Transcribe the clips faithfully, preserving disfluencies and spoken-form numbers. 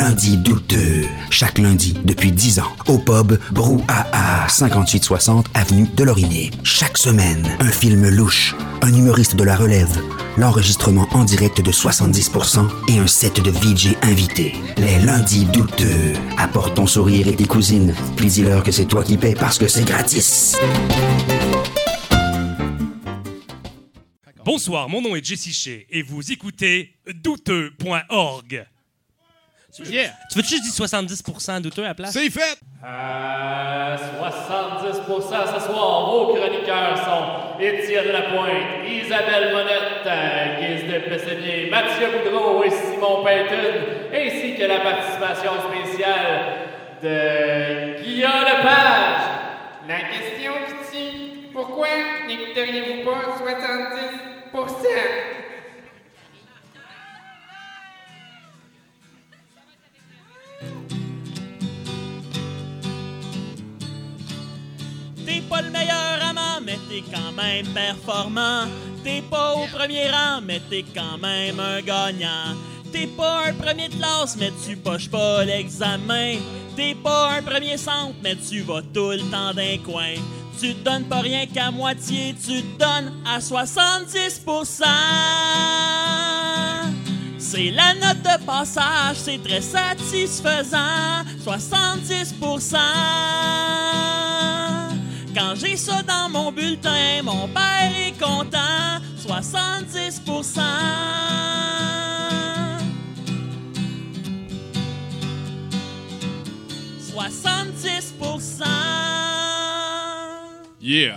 Lundi douteux. Chaque lundi, depuis dix ans, au pub Brouhaha, cinquante-huit soixante avenue de Lorimier. Chaque semaine, un film louche, un humoriste de la relève, l'enregistrement en direct de soixante-dix pour cent et un set de V J invités. Les lundis douteux. Apporte ton sourire et tes cousines. Puis dis-leur que c'est toi qui paies parce que c'est gratis. Bonsoir, mon nom est Jesse Shea et vous écoutez douteux point org. Yeah. Tu veux-tu juste dire soixante-dix pour cent douteux à la place? C'est fait! À soixante-dix pour cent ce soir, vos chroniqueurs sont Étienne Lapointe, Isabelle Monette, Guise de Pessonnier, Mathieu Boudreau et Simon Payton, ainsi que la participation spéciale de Guillaume Lepage. La question qui tue, pourquoi n'écouteriez-vous pas soixante-dix pour cent? T'es pas le meilleur amant, mais t'es quand même performant. T'es pas au premier rang, mais t'es quand même un gagnant. T'es pas un premier de classe, mais tu poches pas l'examen. T'es pas un premier centre, mais tu vas tout le temps d'un coin. Tu te donnes pas rien qu'à moitié, tu te donnes à soixante-dix pour cent. C'est la note de passage, c'est très satisfaisant. soixante-dix pour cent. Quand j'ai ça dans mon bulletin, mon père est content. soixante-dix pour cent. soixante-dix pour cent. Yeah!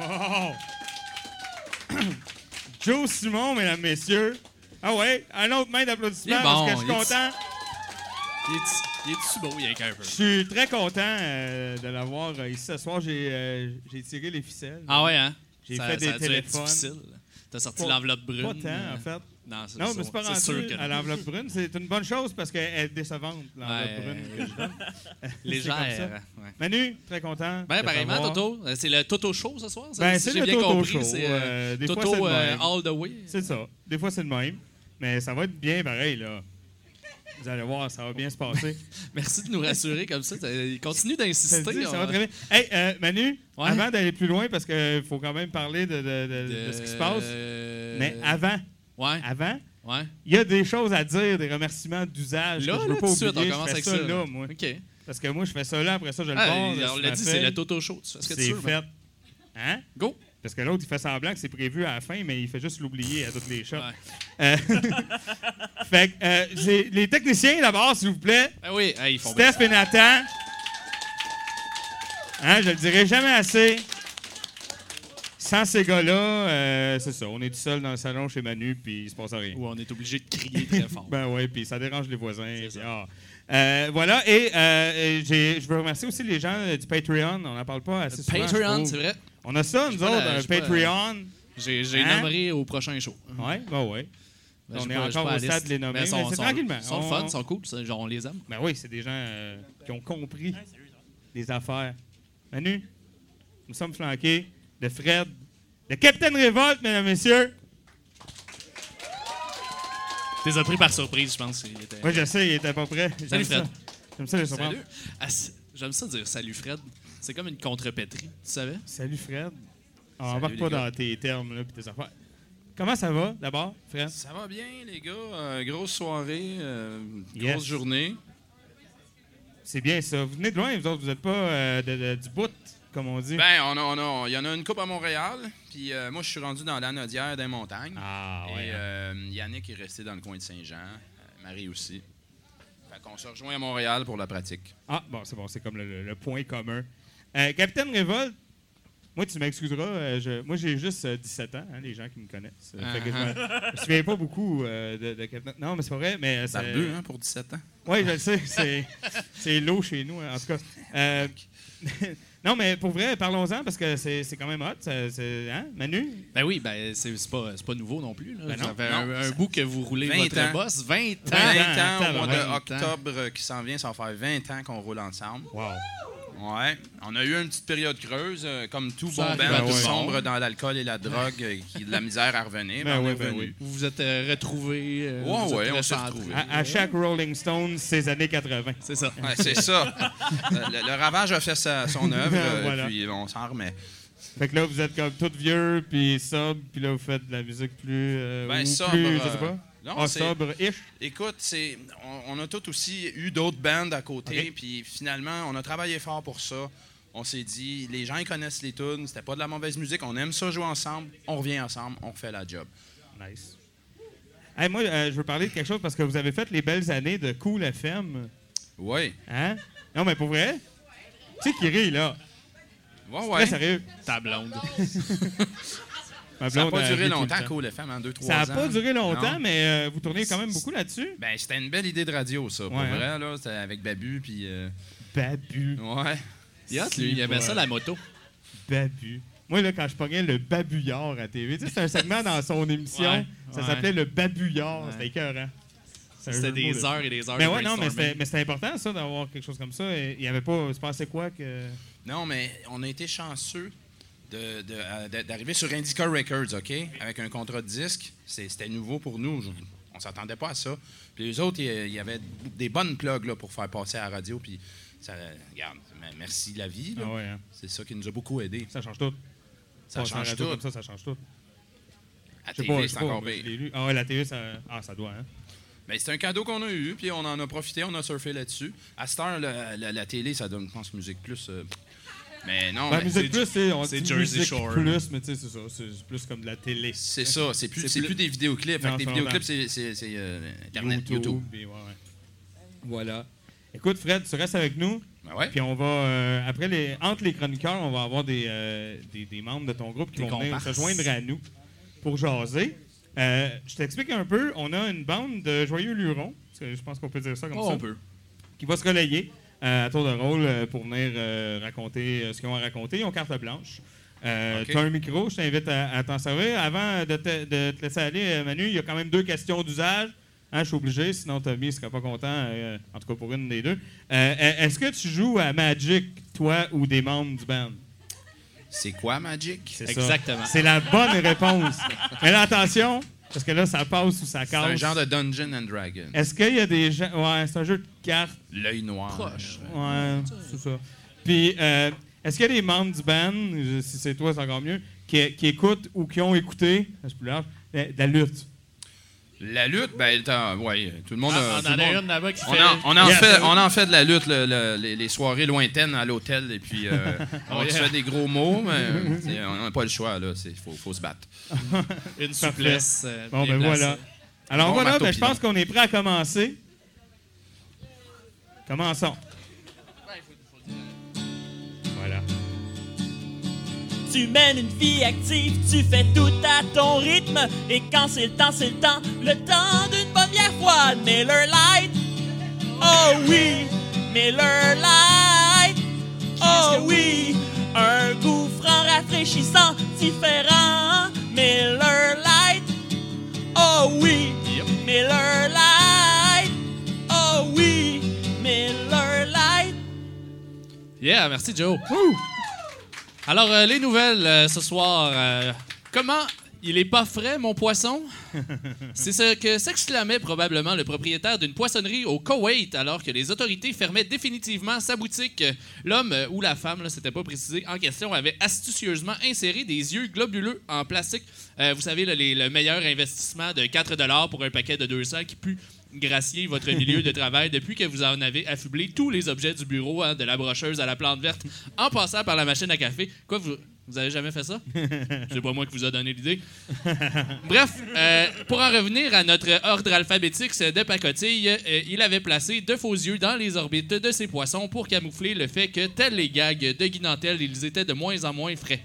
Wow! Joe Simon, mesdames, messieurs. Ah ouais, un autre main d'applaudissements Il est parce bon, que je suis il est- content. Il est, il est-tu beau, il y a qu'un peu? Je suis très content euh, de l'avoir euh, ici ce soir. J'ai, euh, j'ai tiré les ficelles. Ah ouais, hein? J'ai ça, fait des ça a dû être téléphones. difficile. T'as sorti Pas- l'enveloppe brune. Pas tant, euh, en fait. Non, c'est Non, ça. mais c'est pas C'est sûr rendu que à l'enveloppe brune. C'est une bonne chose parce qu'elle est décevante, l'enveloppe Ouais, brune euh, que je donne. Légère. C'est comme ça. Ouais. Manu, très content. Ben, de pareillement, t'avoir. Toto. Euh, C'est le Toto Show ce soir? ça? Ben, Si c'est j'ai le bien Toto compris, Show. c'est euh, Euh, des fois, Toto c'est le euh, même. all the way. C'est ça. Des fois, c'est le même. Mais ça va être bien pareil, là. Vous allez voir, ça va bien se passer. Merci de nous rassurer comme ça. Il continue Ça, d'insister. se dit, ça on- va très bien. Hey, euh, Manu, Ouais. avant d'aller plus loin, parce qu'il faut quand même parler de, de- de- de ce qui se passe, Euh, mais avant, Ouais, avant, ouais. il y a des choses à dire, des remerciements d'usage Là, que je là, veux pas tout de suite, oublier. on commence Je fais avec ça, ça. là, moi. OK. Parce que moi, je fais ça là, après ça, je le Ah, pars. on sur l'a ma dit, c'est feuille. le Toto Show. Tu fais ce que tu C'est veux. fait. Hein? Go! Parce que l'autre, il fait semblant que c'est prévu à la fin, mais il fait juste l'oublier à toutes les shots. Ouais. Euh, fait que, euh, j'ai- les techniciens, d'abord, s'il vous plaît. Ah oui, hey, ils font bien. Steph et Nathan. Hein, je le dirai jamais assez. Sans ces gars-là, euh, c'est ça. On est tout seul dans le salon chez Manu, puis il se passe rien. Ou on est obligé de crier très fort. Ben oui, puis ça dérange les voisins. C'est puis ça. ah. Euh, voilà, et euh, j'ai- je veux remercier aussi les gens euh, du Patreon. On n'en parle pas assez souvent. je Patreon, trouve. c'est vrai. On a ça, nous pas autres, la- un j'ai pas la- Patreon. J'ai j'ai Hein? nommerai au prochain show. Oui, ben oui. Ben, On j'ai est pas- j'ai encore pas au la stade liste. de les nommer, Mais mais sont- c'est sont- tranquillement. Ils sont On- fun, ils sont cool. ça, genre, on les aime. Ben oui, c'est des gens euh, qui ont compris les affaires. Manu, nous sommes flanqués de Fred, de Capitaine Révolte, mesdames et messieurs. Tu les as pris par surprise, je pense. il était- Oui, je sais, il était pas prêt. J'aime Salut, ça. Fred. J'aime ça les surprendre. Salut. Ah, c'est- J'aime ça dire salut Fred. C'est comme une contrepétrie, tu savais? Salut, Fred. On Salut, embarque les pas gars. dans tes termes là, puis tes affaires. Comment ça va, d'abord, Fred? Ça va bien, les gars. Euh, grosse soirée, euh, Yes. grosse journée. C'est bien ça. Vous venez de loin, vous autres. Vous n'êtes pas euh, de- de- du bout, comme on dit. Ben, on a, on a, il y en a une coupe à Montréal. Puis euh, moi, je suis rendu dans l'Anaudière des montagnes. Ah, ouais. Et euh, Yannick est resté dans le coin de Saint-Jean. euh, Marie aussi. Fait qu'on se rejoint à Montréal pour la pratique. Ah, bon, c'est bon, c'est comme le, le- le point commun. Euh, Capitaine Révolte, moi, tu m'excuseras, euh, je- moi, j'ai juste euh, dix-sept ans, hein, les gens qui me connaissent. Euh, fait que je me- je me souviens pas beaucoup euh, de, de Capitaine. Non, mais c'est pas vrai, mais... euh, c'est- Barbu, hein, pour dix-sept ans. Oui, je le sais, c'est, c'est l'eau chez nous, hein, en tout cas. Euh, non, mais pour vrai, parlons-en, parce que c'est, c'est quand même hot. ça- c'est, hein, Manu? Ben oui, ben c'est c'est pas, c'est pas nouveau non plus. Là. Ben non. ça fait Non, un, un ça- bout que vous roulez vingt votre ans. boss. vingt ans. vingt vingt ans, ans, au mois vingt ans. d'octobre euh, qui s'en vient, ça va faire vingt ans qu'on roule ensemble. Wow. Ouais. On a eu une petite période creuse, euh, comme tout Ça bon arrive band, à tout tout le sombre monde. dans l'alcool et la drogue, euh, qui a de la misère à revenir. Ben mais on oui, est ben revenu. oui. Vous vous êtes euh, retrouvés. Euh, Ouais, vous ouais, êtes on s'est recentrés. retrouvés. À, à chaque Rolling Stone, ces années quatre-vingt. C'est ça. Ouais, c'est ça. le, le- le ravage a fait sa- son œuvre, euh, Voilà. puis on s'en remet. Fait que là, vous êtes comme tout vieux, puis sobre, puis là, vous faites de la musique plus... euh, Ben, ou sobre, plus, je euh, sais pas. non, Ah, c'est- sobre-ish. Écoute, c'est, on, on a tous aussi eu d'autres bands à côté, Ok. puis finalement, on a travaillé fort pour ça. On s'est dit, les gens ils connaissent les tunes, c'était pas de la mauvaise musique, on aime ça jouer ensemble, on revient ensemble, on fait la job. Nice. Hey, moi, euh, je veux parler de quelque chose parce que vous avez fait les belles années de Cool F M. Oui. Hein? Non, mais pour vrai? Tu sais qui rit, là? Ouais, Très ouais. sérieux. Ta blonde. Ma Ça n'a blonde pas a duré ri tout le longtemps, temps. Cool F M, en deux, trois Ça ans. n'a pas duré longtemps, Non. mais euh, vous tournez quand même beaucoup là-dessus. Ben, c'était une belle idée de radio, ça, pour Ouais, hein? vrai, là. C'était avec Babu, puis... euh, Babu. ouais. Il a hâte, lui. Il aimait ça, la moto. Babu. Moi, là, quand je pognais le Babouillard à T V, tu sais, c'était un segment dans son émission. Ouais, ça ouais. s'appelait le Babouillard. Ouais. C'était écœurant. C'est un jeu C'était de mots, des là. heures et des heures Mais de ouais, non, mais brainstorming. c'était mais c'était important, ça, d'avoir quelque chose comme ça. Et il y avait pas. C'est passé quoi que. Non, mais on a été chanceux de- de- euh, de- d'arriver sur Indica Records, OK? Avec un contrat de disque. C'est- C'était nouveau pour nous. Je- On s'attendait pas à ça. Puis les autres, il y- il y avait des bonnes plugs là, pour faire passer à la radio. Puis, ça, regarde, mais merci la vie. là. Ah ouais, hein. C'est ça qui nous a beaucoup aidés. Ça change tout. Ça Passer en change radio tout. Comme ça, ça change tout. À Je sais T pas, V, je sais c'est pas, encore moi, je pire. l'ai lu. Ah ouais, la T V, ça. Ah, ça doit, hein. Ben, c'est un cadeau qu'on a eu, puis on en a profité, on a surfé là-dessus. À cette heure, la, la- la télé, ça donne, je pense, Musique Plus. euh, Mais non, Ben, mais musique c'est- plus, c'est on c'est dit Jersey musique Shore. plus, mais tu sais, c'est ça. C'est plus comme de la télé. c'est ça. C'est plus, C'est c'est plus- plus des vidéoclips. Fait Non, que les c'est vidéoclips, vraiment- c'est, c'est, c'est, euh, Internet, YouTube. puis ouais, ouais. Voilà. Écoute, Fred, tu restes avec nous. Ben ouais. Puis on va, euh, après les, entre les chroniqueurs, on va avoir des, euh, des, des membres de ton groupe qui Des vont venir comparses. se joindre à nous pour jaser. Euh, je t'explique un peu. On a une bande de joyeux lurons, parce que je pense qu'on peut dire ça comme Oh, ça, on peut. qui va se relayer euh, à tour de rôle euh, pour venir euh, raconter euh, ce qu'ils ont à raconter. Ils ont carte blanche. Euh, Ok. Tu as un micro, je t'invite à, à t'en servir. Avant de te, de te laisser aller, euh, Manu, il y a quand même deux questions d'usage. Hein, je suis obligé, sinon Tommy ne serait pas content, euh, en tout cas pour une des deux. Euh, Est-ce que tu joues à Magic, toi, ou des membres du band? C'est quoi, Magic? C'est ça. Exactement. C'est la bonne réponse. Mais là, attention, parce que là, ça passe ou ça C'est casse. un genre de Dungeon and Dragon. Est-ce qu'il y a des gens... Ouais, c'est un jeu de cartes. L'œil noir. Proche. Ouais, c'est ça. Puis, euh, est-ce qu'il y a des membres du band, je- si c'est toi, c'est encore mieux, qui, qui écoutent ou qui ont écouté, c'est plus large, de de la lutte? La lutte, ben, t'as- ouais, tout le monde. Ah, a- on tout en le a monde- une là-bas qui On fait... en, on, en Yes. fait, on en fait de la lutte, le- le- les, les soirées lointaines à l'hôtel, et puis euh, on se fait des gros mots, mais euh, t'sais, on n'a pas le choix, là. Il faut, faut se battre. Une souplesse. euh, Bon, bien ben placée. voilà. Alors Bon voilà, marteau ben, je pense pilon. qu'on est prêt à commencer. Commençons. Voilà. Tu mènes une vie active, tu fais tout à ton rythme. Et quand c'est le temps, c'est le temps, le temps d'une bonne bière froide. Miller Lite, oh oui, Miller Lite, oh oui. Un goût franc, rafraîchissant, différent. Miller Lite, oh oui, Miller Lite, oh oui, Miller Lite. Yeah, merci Joe. Alors, euh, les nouvelles euh, ce soir. euh, comment il est pas frais, mon poisson? C'est ce que s'exclamait probablement le propriétaire d'une poissonnerie au Koweït alors que les autorités fermaient définitivement sa boutique. L'homme euh, ou la femme, là, c'était pas précisé, en question avait astucieusement inséré des yeux globuleux en plastique. Euh, vous savez, là, les- le meilleur investissement de quatre dollars pour un paquet de deux cents qui pue gracier votre milieu de travail depuis que vous en avez affublé tous les objets du bureau, hein, de la brocheuse à la plante verte, en passant par la machine à café. Quoi, vous, vous avez jamais fait ça? C'est pas moi qui vous a donné l'idée. Bref, euh, pour en revenir à notre ordre alphabétique de pacotille, euh, il avait placé de faux yeux dans les orbites de ses poissons pour camoufler le fait que, tels les gags de Guy Nantel, ils étaient de moins en moins frais.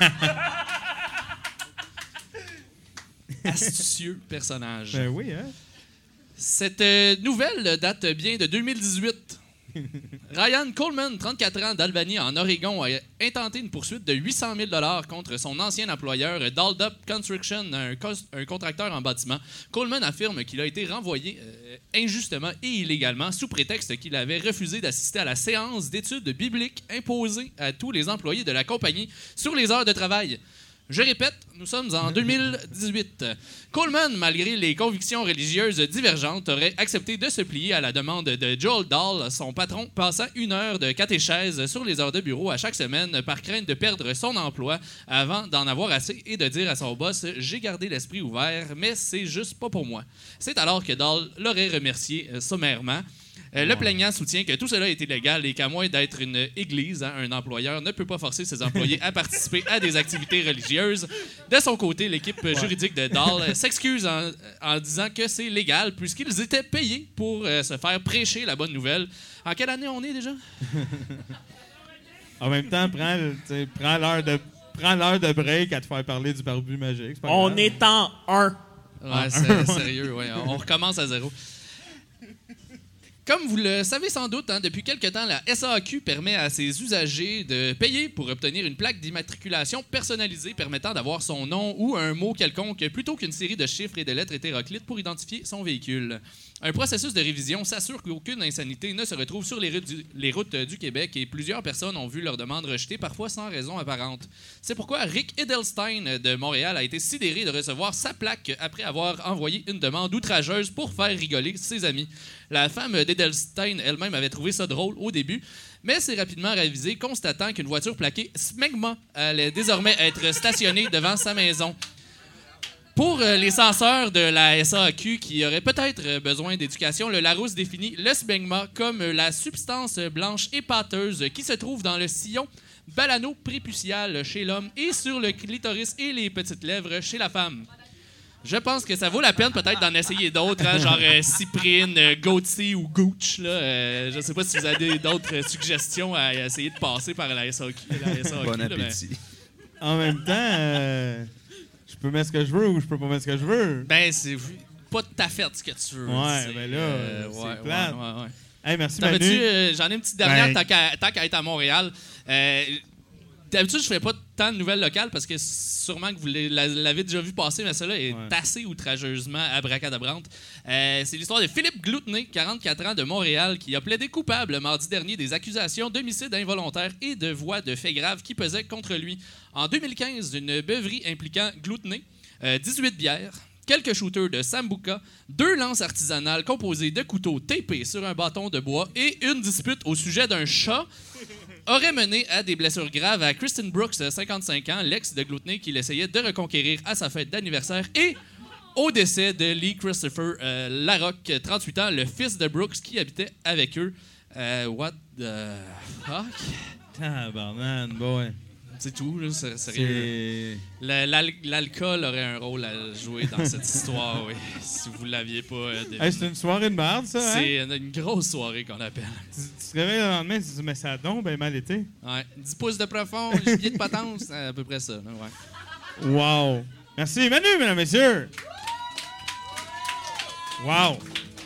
Astucieux personnage. Ben oui, hein? Cette euh, nouvelle date bien de deux mille dix-huit. Ryan Coleman, trente-quatre ans, d'Albany, en Oregon, a intenté une poursuite de huit cent mille dollars contre son ancien employeur, Daldup Construction, un, cos- un contracteur en bâtiment. Coleman affirme qu'il a été renvoyé euh, injustement et illégalement sous prétexte qu'il avait refusé d'assister à la séance d'études bibliques imposée à tous les employés de la compagnie sur les heures de travail. Je répète, nous sommes en deux mille dix-huit. Coleman, malgré les convictions religieuses divergentes, aurait accepté de se plier à la demande de Joel Dahl, son patron, passant une heure de catéchèse sur les heures de bureau à chaque semaine par crainte de perdre son emploi avant d'en avoir assez et de dire à son boss « J'ai gardé l'esprit ouvert, mais c'est juste pas pour moi ». C'est alors que Dahl l'aurait remercié euh, sommairement. Euh, le plaignant soutient que tout cela est illégal et qu'à moins d'être une église, hein, un employeur ne peut pas forcer ses employés à participer à des activités religieuses. De son côté, l'équipe ouais. juridique de Dahl s'excuse en, en disant que c'est légal puisqu'ils étaient payés pour euh, se faire prêcher la bonne nouvelle. En quelle année on est déjà? En même temps, prends, le- prends l'heure de prends l'heure de break à te faire parler du barbu magique. c'est pas On grave. est en un. Ouais, c'est sérieux, ouais. On recommence à zéro. Comme vous le savez sans doute, hein, depuis quelque temps, la S A A Q permet à ses usagers de payer pour obtenir une plaque d'immatriculation personnalisée permettant d'avoir son nom ou un mot quelconque plutôt qu'une série de chiffres et de lettres hétéroclites pour identifier son véhicule. Un processus de révision s'assure qu'aucune insanité ne se retrouve sur les routes, du, les routes du Québec et plusieurs personnes ont vu leur demande rejetée, parfois sans raison apparente. C'est pourquoi Rick Edelstein de Montréal a été sidéré de recevoir sa plaque après avoir envoyé une demande outrageuse pour faire rigoler ses amis. La femme d'Edelstein elle-même avait trouvé ça drôle au début, mais s'est rapidement ravisée, constatant qu'une voiture plaquée Smegma allait désormais être stationnée devant sa maison. Pour euh, les censeurs de la S A A Q qui auraient peut-être euh, besoin d'éducation, le Larousse définit le smegma comme euh, la substance blanche et pâteuse qui se trouve dans le sillon balano-prépucial chez l'homme et sur le clitoris et les petites lèvres chez la femme. Je pense que ça vaut la peine peut-être d'en essayer d'autres, hein, genre euh, Cyprine, euh, Gauthier ou Gooch. Là, euh, je sais pas si vous avez d'autres suggestions à essayer de passer par la S A A Q. La S A A Q Bon là, appétit. mais- En même temps, euh, je peux mettre ce que je veux ou je peux pas mettre ce que je veux. Ben, c'est pas de ta fête ce que tu veux. Ouais, c'est, ben là, euh, c'est ouais, plate. ouais, ouais, ouais. Hey, merci T'avais-tu, Manu. euh, j'en ai une petite dernière, Ben- tant qu'à, tant qu'à être à Montréal. Euh, d'habitude, je fais pas tant de nouvelles locales parce que sûrement que vous l'avez, l'avez déjà vu passer, mais celle-là est Ouais. assez outrageusement abracadabrante. Euh, c'est l'histoire de Philippe Gloutenay, quarante-quatre ans, de Montréal, qui a plaidé coupable mardi dernier des accusations d'homicide involontaire et de voies de faits graves qui pesaient contre lui. En deux mille quinze, une beuverie impliquant Gloutenay, euh, dix-huit bières, quelques shooters de sambuca, deux lances artisanales composées de couteaux tapés sur un bâton de bois et une dispute au sujet d'un chat aurait mené à des blessures graves à Kristen Brooks, cinquante-cinq ans, l'ex de Gloutenay, qui l'essayait de reconquérir à sa fête d'anniversaire, et au décès de Lee Christopher euh, Larocque, trente-huit ans, le fils de Brooks, qui habitait avec eux. Euh, what the fuck? Tabarnan, boy. C'est tout, là, c'est sérieux. C'est... La- l'al- L'alcool aurait un rôle à jouer dans cette histoire, oui, si vous l'aviez pas euh, deviné. Hey, c'est une soirée de merde, ça, hein? C'est une, une grosse soirée qu'on appelle. Tu, tu te réveilles le lendemain, tu te dis, mais ça a donc ben mal été. Ouais. dix pouces de profond, gibier de potence, c'est à peu près ça. Là, ouais. Wow. Merci, Manu, mesdames, messieurs. Wow.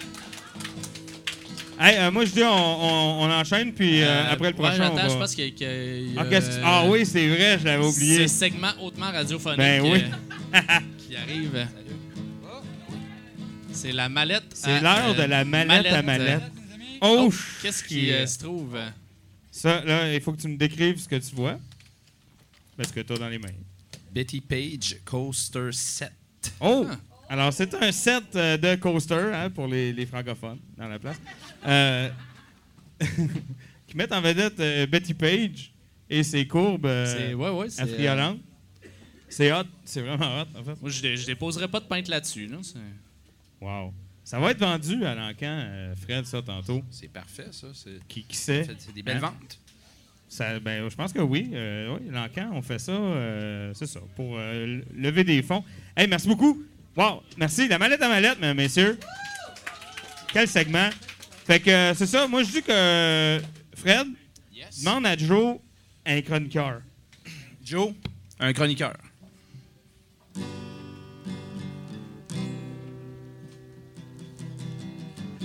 Hey, euh, moi, je dis, on, on, on enchaîne, puis euh, Euh, après le ouais, prochain, on j'attends, va... je pense qu'il y a- qu'il y a- Ah, qu'est-ce que- ah oui, c'est vrai, je l'avais oublié. C'est segment hautement radiophonique Ben oui. euh, qui arrive. C'est la mallette. C'est à, l'heure euh, de la mallette à mallette. Oh, Oh, qu'est-ce qui euh, se trouve? Ça, là, il faut que tu me décrives ce que tu vois. Parce que tu as dans les mains. Betty Page Coaster sept. Oh! Ah. Alors, c'est un set euh, de coasters hein, pour les, les francophones dans la place. Euh, qui mettent en vedette euh, Betty Page et ses courbes euh, C'est, ouais, ouais, c'est, affriolantes. C'est hot. C'est vraiment hot, en fait. Moi, je, dé- je déposerai pas de peintre là-dessus. Là. C'est- Wow. Ça va être vendu à l'encan, euh, Fred, ça, tantôt. C'est parfait, ça. C'est, Qui, qui sait? c'est- c'est des belles Hein? ventes. Ça, ben, je pense que oui. Euh, oui, l'encan, on fait ça, euh, c'est ça, pour euh, lever des fonds. Hey, merci beaucoup. Wow, merci. La mallette à mallette, mesdames, messieurs. Quel segment. Fait que euh, c'est ça. Moi, je dis que euh, Fred, Yes. demande à Joe un chroniqueur. Joe, un chroniqueur.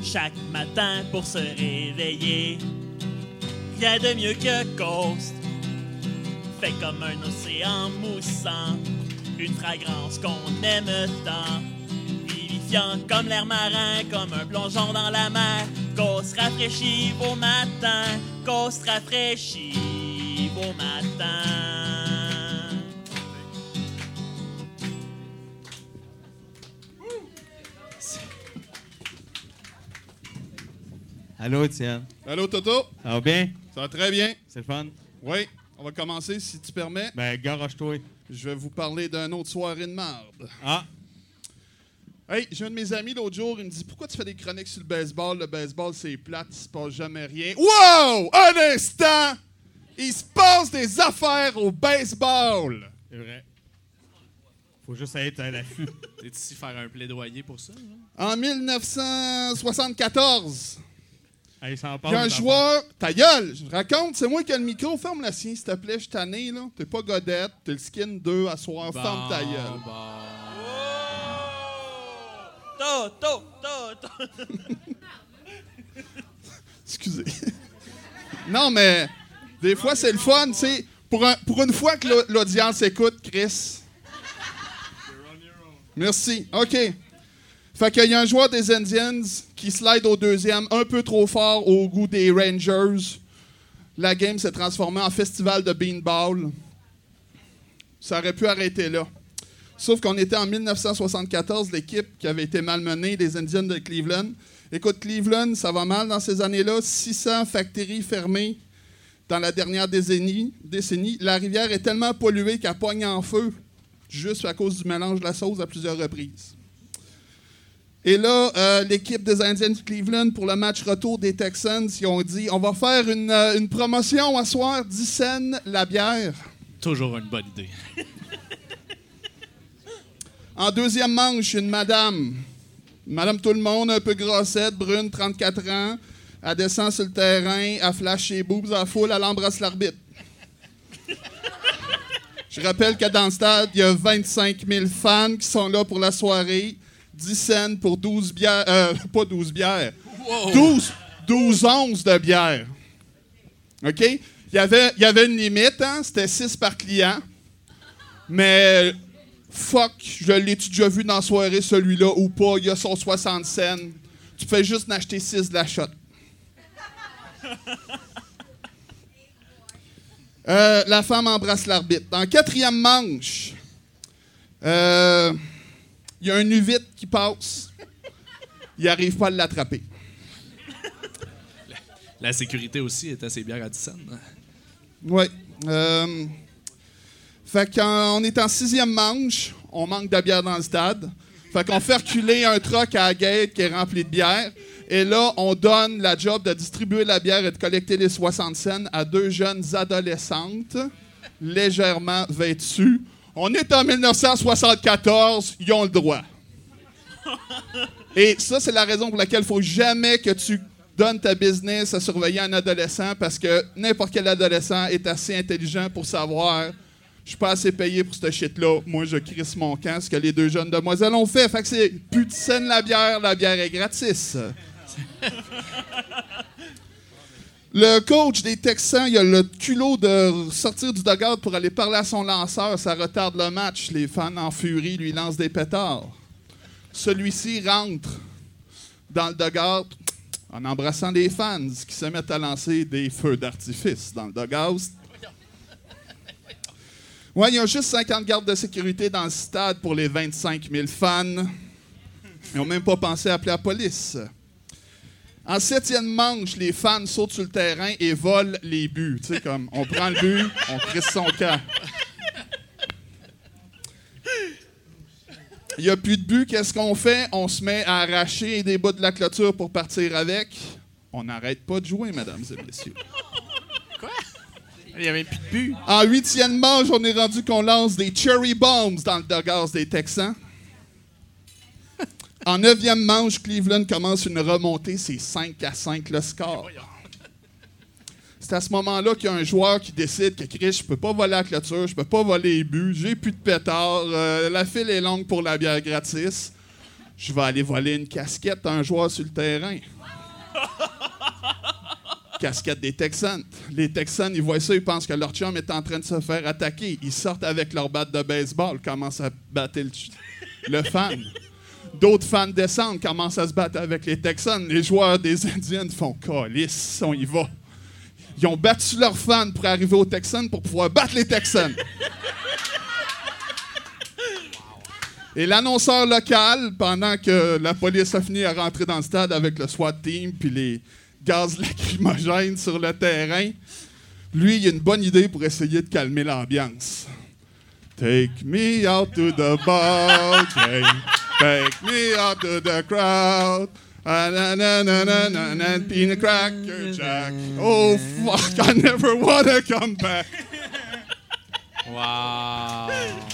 chaque matin pour se réveiller. Rien de mieux que Ghost, fait comme un océan moussant, une fragrance qu'on aime tant, vivifiant comme l'air marin, comme un plongeon dans la mer. Ghost rafraîchit vos matins, Ghost rafraîchit vos matins. Allô, Étienne. Allô, Toto? Ça va bien? Ça va très bien. C'est le fun? Oui, on va commencer, si tu permets. Ben, garoche-toi. Je vais vous parler d'une autre soirée de marde. Ah! Hey, j'ai un de mes amis l'autre jour, il me dit « Pourquoi tu fais des chroniques sur le baseball? Le baseball, c'est plate, il se passe jamais rien. » Wow! Un instant! Il se passe des affaires au baseball! C'est vrai. Faut juste être à l'affût. T'es ici faire un plaidoyer pour ça? Hein? En dix-neuf cent soixante-quatorze, Hey, ça en il parle, y a un ça en joueur... Ta gueule! Je raconte, c'est moi qui ai le micro. Ferme le sien, s'il te plaît, je suis tanné, là. T'es pas godette, t'es le skin deux à soir. Bon, Ferme ta gueule. bon. Toto, Toto. Excusez. Non, mais des fois, c'est le fun, tu sais. Pour, un, pour une fois que l'au- l'audience écoute, Chris. Merci. OK. Fait qu'il y a un joueur des Indians qui slide au deuxième, un peu trop fort au goût des Rangers. La game s'est transformée en festival de beanball. Ça aurait pu arrêter là. Sauf qu'on était en dix-neuf cent soixante-quatorze, l'équipe qui avait été malmenée, les Indians de Cleveland. Écoute, Cleveland, ça va mal dans ces années-là. six cents factories fermées dans la dernière décennie. décennie. La rivière est tellement polluée qu'elle pogne en feu, juste à cause du mélange de la sauce à plusieurs reprises. Et là, euh, l'équipe des Indians de Cleveland, pour le match retour des Texans, ils ont dit « On va faire une, euh, une promotion à soir, dix cents la bière. » Toujours une bonne idée. En deuxième manche, une madame, madame tout le monde, un peu grossette, brune, trente-quatre ans, elle descend sur le terrain, elle flash ses boobs à la foule, elle embrasse l'arbitre. Je rappelle que dans le stade, il y a vingt-cinq mille fans qui sont là pour la soirée. dix cents pour douze bières. Euh, pas douze bières. douze, douze onces de bière. OK? Il y avait, il y avait une limite, hein? C'était six par client. Mais... Fuck, je l'ai-tu déjà vu dans la soirée, celui-là, ou pas, il y a son soixante cents. Tu fais juste n'acheter six de la shot. Euh, la femme embrasse l'arbitre. Dans le quatrième manche, euh, il y a un U huit qui passe. Il n'arrive pas à l'attraper. La, la sécurité aussi est assez bien à dix cents. Oui. Euh, Fait qu'on est en sixième manche, on manque de bière dans le stade. Fait qu'on fait reculer un truck à la gate qui est rempli de bière. Et là, on donne la job de distribuer la bière et de collecter les soixante cents à deux jeunes adolescentes, légèrement vêtues. On est en dix-neuf cent soixante-quatorze, ils ont le droit. Et ça, c'est la raison pour laquelle il ne faut jamais que tu donnes ta business à surveiller un adolescent, parce que n'importe quel adolescent est assez intelligent pour savoir... Je suis pas assez payé pour ce shit-là. Moi, je crisse mon camp, ce que les deux jeunes demoiselles ont fait. Fait que c'est plus de scène la bière, la bière est gratis. Le coach des Texans, il a le culot de sortir du dugout pour aller parler à son lanceur. Ça retarde le match. Les fans en furie lui lancent des pétards. Celui-ci rentre dans le dugout en embrassant les fans qui se mettent à lancer des feux d'artifice dans le dugout. Ouais, il y a juste cinquante gardes de sécurité dans le stade pour les vingt-cinq mille fans. Ils n'ont même pas pensé à appeler la police. En septième manche, les fans sautent sur le terrain et volent les buts. Tu sais, comme, on prend le but, on crisse son camp. Il n'y a plus de but, qu'est-ce qu'on fait? On se met à arracher des bouts de la clôture pour partir avec. On n'arrête pas de jouer, mesdames et messieurs. Il n'y avait plus de but. En huitième manche, on est rendu qu'on lance des cherry bombs dans le dugout des Texans. En neuvième manche, Cleveland commence une remontée. C'est cinq à cinq le score. C'est à ce moment-là qu'il y a un joueur qui décide que Chris, je peux pas voler la clôture, je peux pas voler les buts, j'ai plus de pétard, euh, la file est longue pour la bière gratis. Je vais aller voler une casquette à un joueur sur le terrain. Casquette des Texans. Les Texans, ils voient ça, ils pensent que leur chum est en train de se faire attaquer. Ils sortent avec leur batte de baseball, commencent à battre le, le fan. D'autres fans descendent, commencent à se battre avec les Texans. Les joueurs des Indiens font « Calisse, on y va ». Ils ont battu leurs fans pour arriver aux Texans pour pouvoir battre les Texans. Et l'annonceur local, pendant que la police a fini à rentrer dans le stade avec le SWAT team puis les gaz lacrymogènes sur le terrain, lui, il a une bonne idée pour essayer de calmer l'ambiance. Take me out to the ball game. Take me out to the crowd. Ah, na, na, na, na, na, na, peanut cracker jack. Oh, fuck, I never wanna come back. Wow!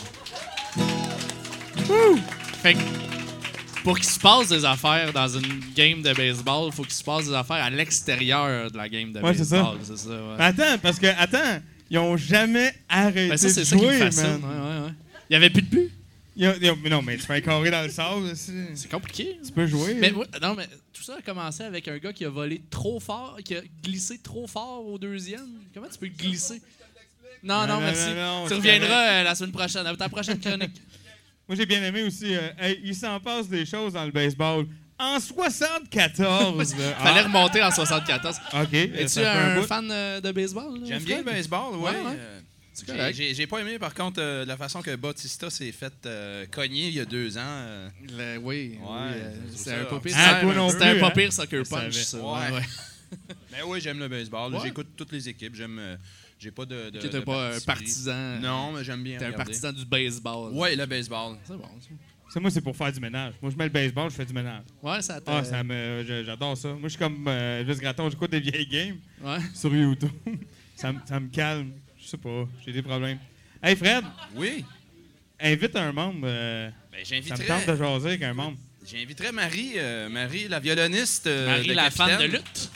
Woo! Fait que pour qu'il se passe des affaires dans une game de baseball, il faut qu'il se passe des affaires à l'extérieur de la game de Ouais, baseball. c'est ça. C'est ça, ouais. Attends, parce que, attends, ils ont jamais arrêté Ben ça, c'est de ça qui me jouer, fascine. man. Ouais, ouais, ouais. Il y avait plus de but. Ils ont- ils ont- mais non, mais tu fais un carré dans le sable, c'est- C'est compliqué. tu peux jouer. Mais ouais, non, mais tout ça a commencé avec un gars qui a volé trop fort, qui a glissé trop fort au deuxième. Comment tu peux glisser? Non, non, Non, non, merci. non, non, tu c'est reviendras correct. euh, la semaine prochaine, à ta prochaine chronique. Moi, j'ai bien aimé aussi. euh, hey, il s'en passe des choses dans le baseball. En soixante-quatorze. là. Fallait Ah, remonter en soixante-quatorze. OK. Es-tu ça fait un un bout. fan euh, de baseball? là, J'aime bien le Fred? baseball, ouais. Ouais, ouais. euh, C'est j'ai- correct. J'ai j'ai pas aimé, par contre, euh, la façon que Bautista s'est fait euh, cogner il y a deux ans. euh. Le- oui, oui, euh, c'est c'est ça. un pas pire. Ah, c'était toi un- non C'était un plus, pas hein? pire soccer Je punch, savais. ça. Ouais. ouais, ouais. Mais oui, j'aime le baseball. Ouais. J'écoute toutes les équipes. J'aime. euh, J'ai pas de. de Que t'es de pas un parti pris. partisan. Non, mais j'aime bien. T'es un regarder. partisan du baseball. Ouais, le baseball. C'est bon, ça. Ça, moi, c'est pour faire du ménage. Moi, je mets le baseball, je fais du ménage. Ouais, ça te... Ah, ça me, je- j'adore ça. Moi, je suis comme euh, Juste Graton, j'écoute des vieilles games Ouais. sur YouTube. ça, me- ça me calme. Je sais pas, j'ai des problèmes. Hey, Fred, Oui. invite un membre. euh, Ben, ça me j'inviterais. tente de jaser avec un membre. J'inviterais Marie, euh, Marie, la violoniste. euh, Marie, de la fan de Capitaine. lutte.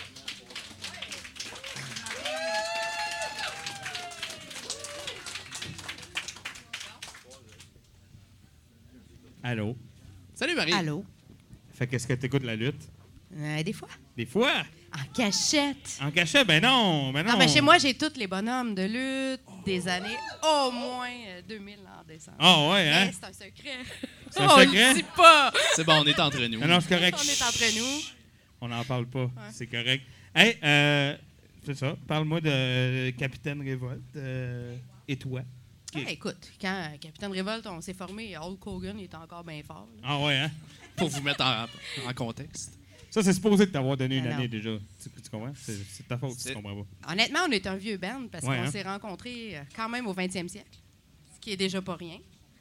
Allô? Salut, Marie. Allô? Fait qu'est-ce que t'écoutes la lutte? Euh, des fois. Des fois? En cachette. En cachet? Ben non, ben non. Non, mais chez moi, j'ai tous les bonhommes de lutte des années au moins euh, deux mille en décembre. Ah ouais, hein? Mais c'est un secret. C'est un On secret? le dit pas. C'est bon, on est entre nous. Non, non, c'est correct. On est entre nous. Chut. On n'en parle pas. C'est correct. Hey, euh, c'est ça. Parle-moi de Capitaine Révolte. euh, et toi? Ah, écoute, quand euh, Capitaine Révolte, on s'est formé, Hulk Hogan il était encore bien fort. là. Ah ouais, hein? Pour vous mettre en, en contexte. Ça, c'est supposé de t'avoir donné une Ah, non. année déjà. Tu, tu comprends? C'est, c'est ta faute si tu C'est- comprends pas. Honnêtement, on est un vieux band parce Ouais, qu'on hein? s'est rencontrés euh, quand même au vingtième siècle, ce qui est déjà pas rien.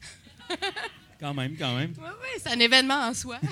Quand même, quand même. Oui, oui, c'est un événement en soi.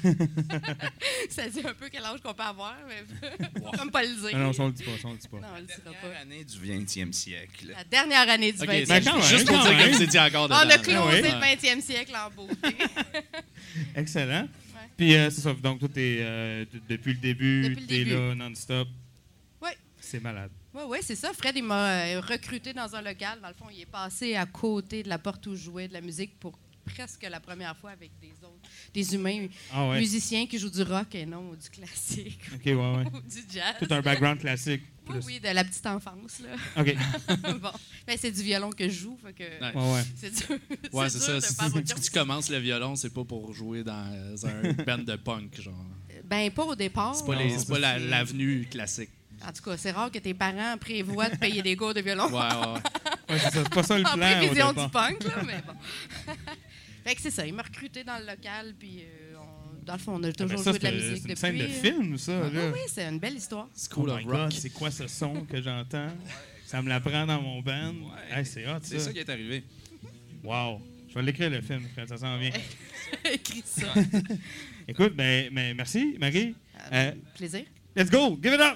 Ça dit un peu quel âge qu'on peut avoir, mais comme pas le dire. Ah non, ça, on le dit pas, ça, on le dit pas. Non, on le dira Première pas. année du vingtième siècle. La dernière année du Ok, vingtième Ben, c'est- quand même, juste pour quand dire même. que vous étiez encore dedans. On a closé Ah oui. le vingtième siècle en beauté. Excellent. Puis, euh, c'est ça. Donc, toi, t'es, euh, d- depuis le début, Depuis le t'es début. là non-stop. Oui. C'est malade. Oui, oui, c'est ça. Fred, il m'a euh, recruté dans un local. Dans le fond, il est passé à côté de la porte où je jouais de la musique pour presque la première fois avec des autres, des humains Ah ouais. musiciens qui jouent du rock et non du classique OK, ouais, ouais. ou du jazz. Tout un background classique. Oui, Plus. oui, de la petite enfance. Là. OK. bon. Ben, c'est du violon que je joue. Fait que Ouais. Ouais, ouais. c'est dur, Ouais, c'est c'est dur ça. de Si faire autre tu, chose. tu commences le violon, c'est pas pour jouer dans euh, un band de punk, genre. Ben, pas au départ. C'est pas, les- c'est pas la- l'avenue classique. En tout cas, c'est rare que tes parents prévoient de payer des cours de violon. Ouais, ouais, ouais. Ouais, c'est ça. C'est pas ça le en plan au prévision du départ. punk, là, mais bon. Fait que c'est ça, il m'a recruté dans le local, puis euh, on- dans le fond, on a Ah, toujours ben ça, joué de la c'est- musique c'est une depuis. scène de film, ça, Ah, là. oui, c'est une belle histoire. School Oh of my Rock. God, c'est quoi ce son que j'entends? Ça me l'apprend dans mon band. Hey, c'est hot, C'est ça. ça qui est arrivé. Wow. Je vais l'écrire, le film, quand ça s'en vient. Écris ça. Écoute, ben, ben, merci, Marie. Euh, Plaisir. let's go! Give it up!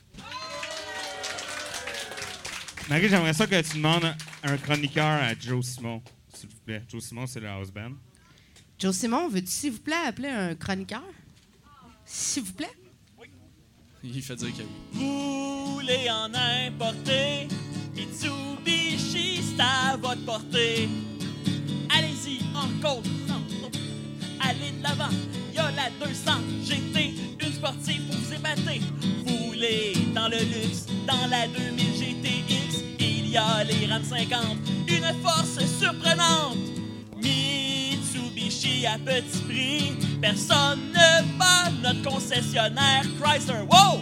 Marie, j'aimerais ça que tu demandes un chroniqueur à Joe Simon, s'il vous plaît. Joe Simon, c'est le house band. Joe Simon, veux-tu, s'il vous plaît, appeler un chroniqueur? S'il vous plaît? Il fait dire que oui. Vous voulez en importer, Mitsubishi, c'est à votre portée. Allez-y, en côte, allez de l'avant. Y a la deux cents G T, une sportive pour vous épater. Vous voulez dans le luxe, dans la deux mille G T X, il y a les Ram cinquante, une force surprenante. Mitsubishi à petit prix, personne ne bat notre concessionnaire Chrysler. Wow!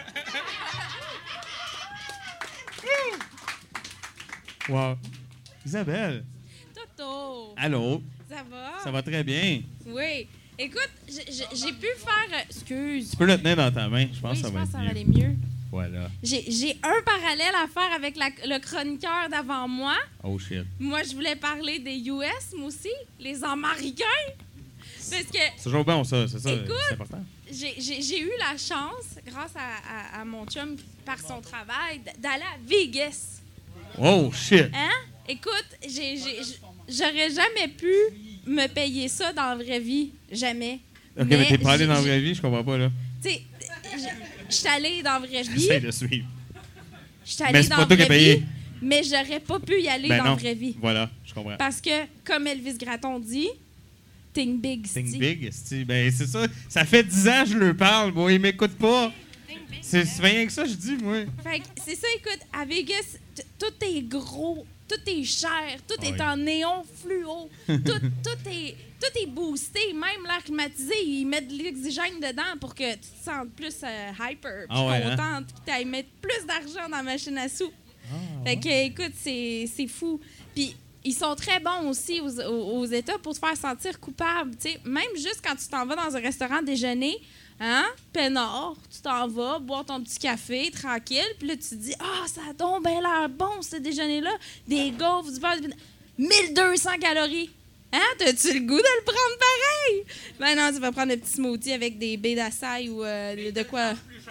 Wow. Isabelle. Toto. Allô. Ça va? Ça va très bien. Oui. Écoute, j'ai j'ai pu faire... euh, excuse. Tu peux le tenir dans ta main. Je pense Oui, que ça je va pense être que ça va mieux. aller mieux. Voilà. J'ai j'ai un parallèle à faire avec la- le chroniqueur d'avant moi. Oh shit. Moi, je voulais parler des U S, moi aussi, les Américains. Parce que C'est toujours bon, ça. C'est ça. Écoute, C'est important. j'ai j'ai- j'ai eu la chance, grâce à, à- à mon chum, par son travail, d- d'aller à Vegas. Oh shit. Hein? Écoute, j'ai- j'ai- j'aurais jamais pu me payer ça dans la vraie vie. Jamais. Ok, mais, t'es pas allé j'ai- dans la j'ai- vraie vie, je comprends pas, là. Tu sais, je suis allée dans la vraie vie. J'essaie de suivre. Je suis allée Mais c'est dans pas la toi qui as vraie payé. vie, mais j'aurais pas pu y aller Ben dans non. la vraie vie. Voilà, je comprends. Parce que, comme Elvis Gratton dit, think big, Think sti. big, esti. Ben, c'est ça. Ça fait dix ans que je leur parle, moi. Ils m'écoutent pas. C'est c'est rien que ça, je dis, moi. Fait que c'est ça, écoute, à Vegas, t- tout est gros, tout est cher, tout Ah est oui. en néon fluo, tout, tout est, tout est boosté, même l'air climatisé, ils mettent de l'oxygène dedans pour que tu te sentes plus euh, hyper, Ah ouais, puis hein? contente, que tu ailles mettre plus d'argent dans la machine à sous. Ah, Fait que, écoute, c'est c'est fou. Puis, ils sont très bons aussi aux, aux- aux États pour te faire sentir coupable. Tu sais, même juste quand tu t'en vas dans un restaurant déjeuner, hein, peinard, tu t'en vas boire ton petit café tranquille, puis là, tu te dis, ah, ça a donc bien l'air bon, ce déjeuner-là. Des gaufres, du beurre, du- mille deux cents calories. Hein? T'as-tu le goût de le prendre pareil? Ben non, tu vas prendre un petit smoothie avec des baies d'açaï ou euh, de quoi.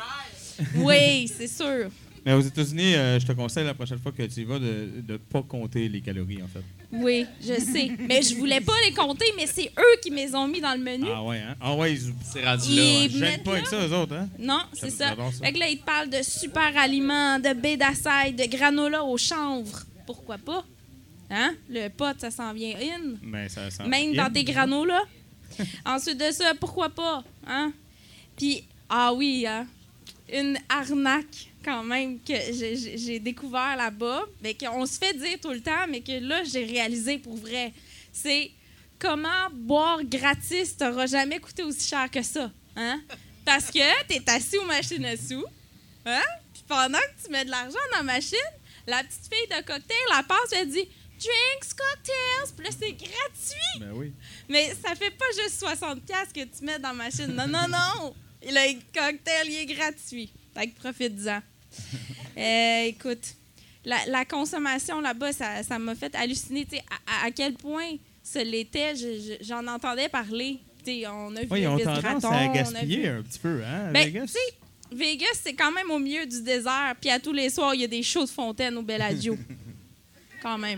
Oui, c'est sûr. Mais aux États-Unis, euh, je te conseille la prochaine fois que tu y vas de ne pas compter les calories, en fait. Oui, je sais. Mais je voulais pas les compter, mais c'est eux qui me les ont mis dans le menu. Ah ouais, hein? Ah ouais, ils C'est rendu Ils là. ouais. ils gênent mettent pas avec là. ça, eux autres, hein? Non, c'est ça. J'adore ça. Fait que là, ils te parlent de super aliments, de baies d'açaï, de granola au chanvre. Pourquoi pas? Hein? Le pot, ça s'en vient in. Mais ça sent Même bien. dans tes granolas. Ensuite de ça, pourquoi pas? Hein? Puis, ah oui, hein? Une arnaque quand même que j'ai- j'ai j'ai découvert là-bas, mais qu'on se fait dire tout le temps, mais que là, j'ai réalisé pour vrai. C'est comment boire gratis t'aura jamais coûté aussi cher que ça. Hein? Parce que t'es assis aux machines à sous, hein? Puis pendant que tu mets de l'argent dans la machine, la petite fille de cocktail, elle passe, elle dit « Drinks, cocktails », puis là, c'est gratuit. Ben oui. Mais ça fait pas juste soixante piastres que tu mets dans la machine. Non, non, non. Le cocktail, il est gratuit. Fait que profite-en. Euh, écoute, la, la consommation là-bas, ça ça m'a fait halluciner tu sais, à, à quel point ce l'était. Je- je- J'en entendais parler. Tu sais, on a vu Ouais, ils ont Elvis tendance Gratton, à on a gaspiller vu- un petit peu, hein, à Ben, Vegas? tu sais, Vegas, c'est quand même au milieu du désert. Puis à tous les soirs, il y a des shows de fontaine au Bellagio. Quand même.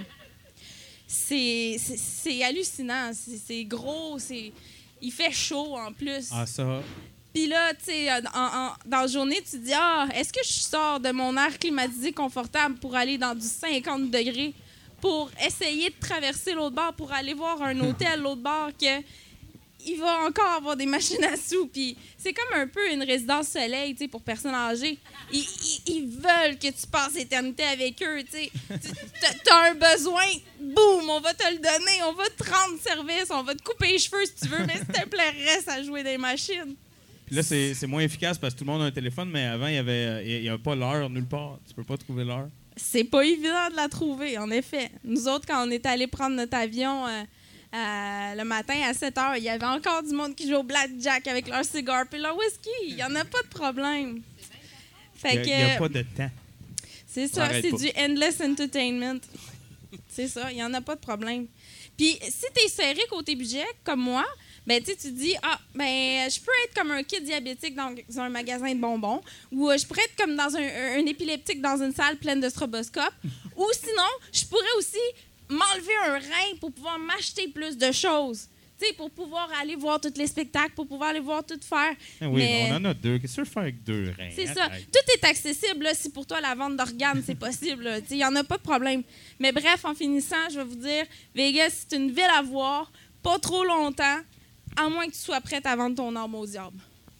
C'est c'est- c'est hallucinant. C'est c'est gros. c'est- Il fait chaud en plus. Ah, ça. Puis là, tu sais, en- en- dans la journée, tu te dis, ah, est-ce que je sors de mon air climatisé confortable pour aller dans du cinquante degrés pour essayer de traverser l'autre bord pour aller voir un hôtel l'autre bord que il va encore avoir des machines à sous. Puis c'est comme un peu une résidence soleil, tu sais, pour personnes âgées. Ils, ils- ils veulent que tu passes l'éternité avec eux, tu sais. Tu- T'as un besoin, boum, on va te le donner, on va te rendre service, on va te couper les cheveux si tu veux, mais s'il te plaît, reste à jouer des machines. Puis là, c'est c'est moins efficace parce que tout le monde a un téléphone, mais avant, il n'y avait, il y avait pas l'heure nulle part. Tu peux pas trouver l'heure. C'est pas évident de la trouver, en effet. Nous autres, quand on est allés prendre notre avion euh, euh, le matin à sept heures, il y avait encore du monde qui jouait au blackjack avec leur cigare puis leur whisky. Il y en a pas de problème. Fait Il que n'y a, pas de temps. c'est ça, Arrête c'est pas. du endless entertainment. C'est ça, il y en a pas de problème. Puis si t'es serré côté budget, comme moi, ben tu sais, tu te dis, ah, ben je peux être comme un kid diabétique dans un magasin de bonbons, ou euh, je pourrais être comme dans un, un- un épileptique dans une salle pleine de stroboscopes, ou sinon, je pourrais aussi m'enlever un rein pour pouvoir m'acheter plus de choses. Tu sais, pour pouvoir aller voir tous les spectacles, pour pouvoir aller voir tout faire. Ah oui, Mais- on en a deux. Qu'est-ce que tu veux faire avec deux reins? C'est hein? ça. Tout est accessible. Là, si pour toi, la vente d'organes, c'est possible. Il n'y en a pas de problème. Mais bref, en finissant, je vais vous dire, Vegas, c'est une ville à voir, pas trop longtemps. à moins que tu sois prête à vendre ton âme au diable.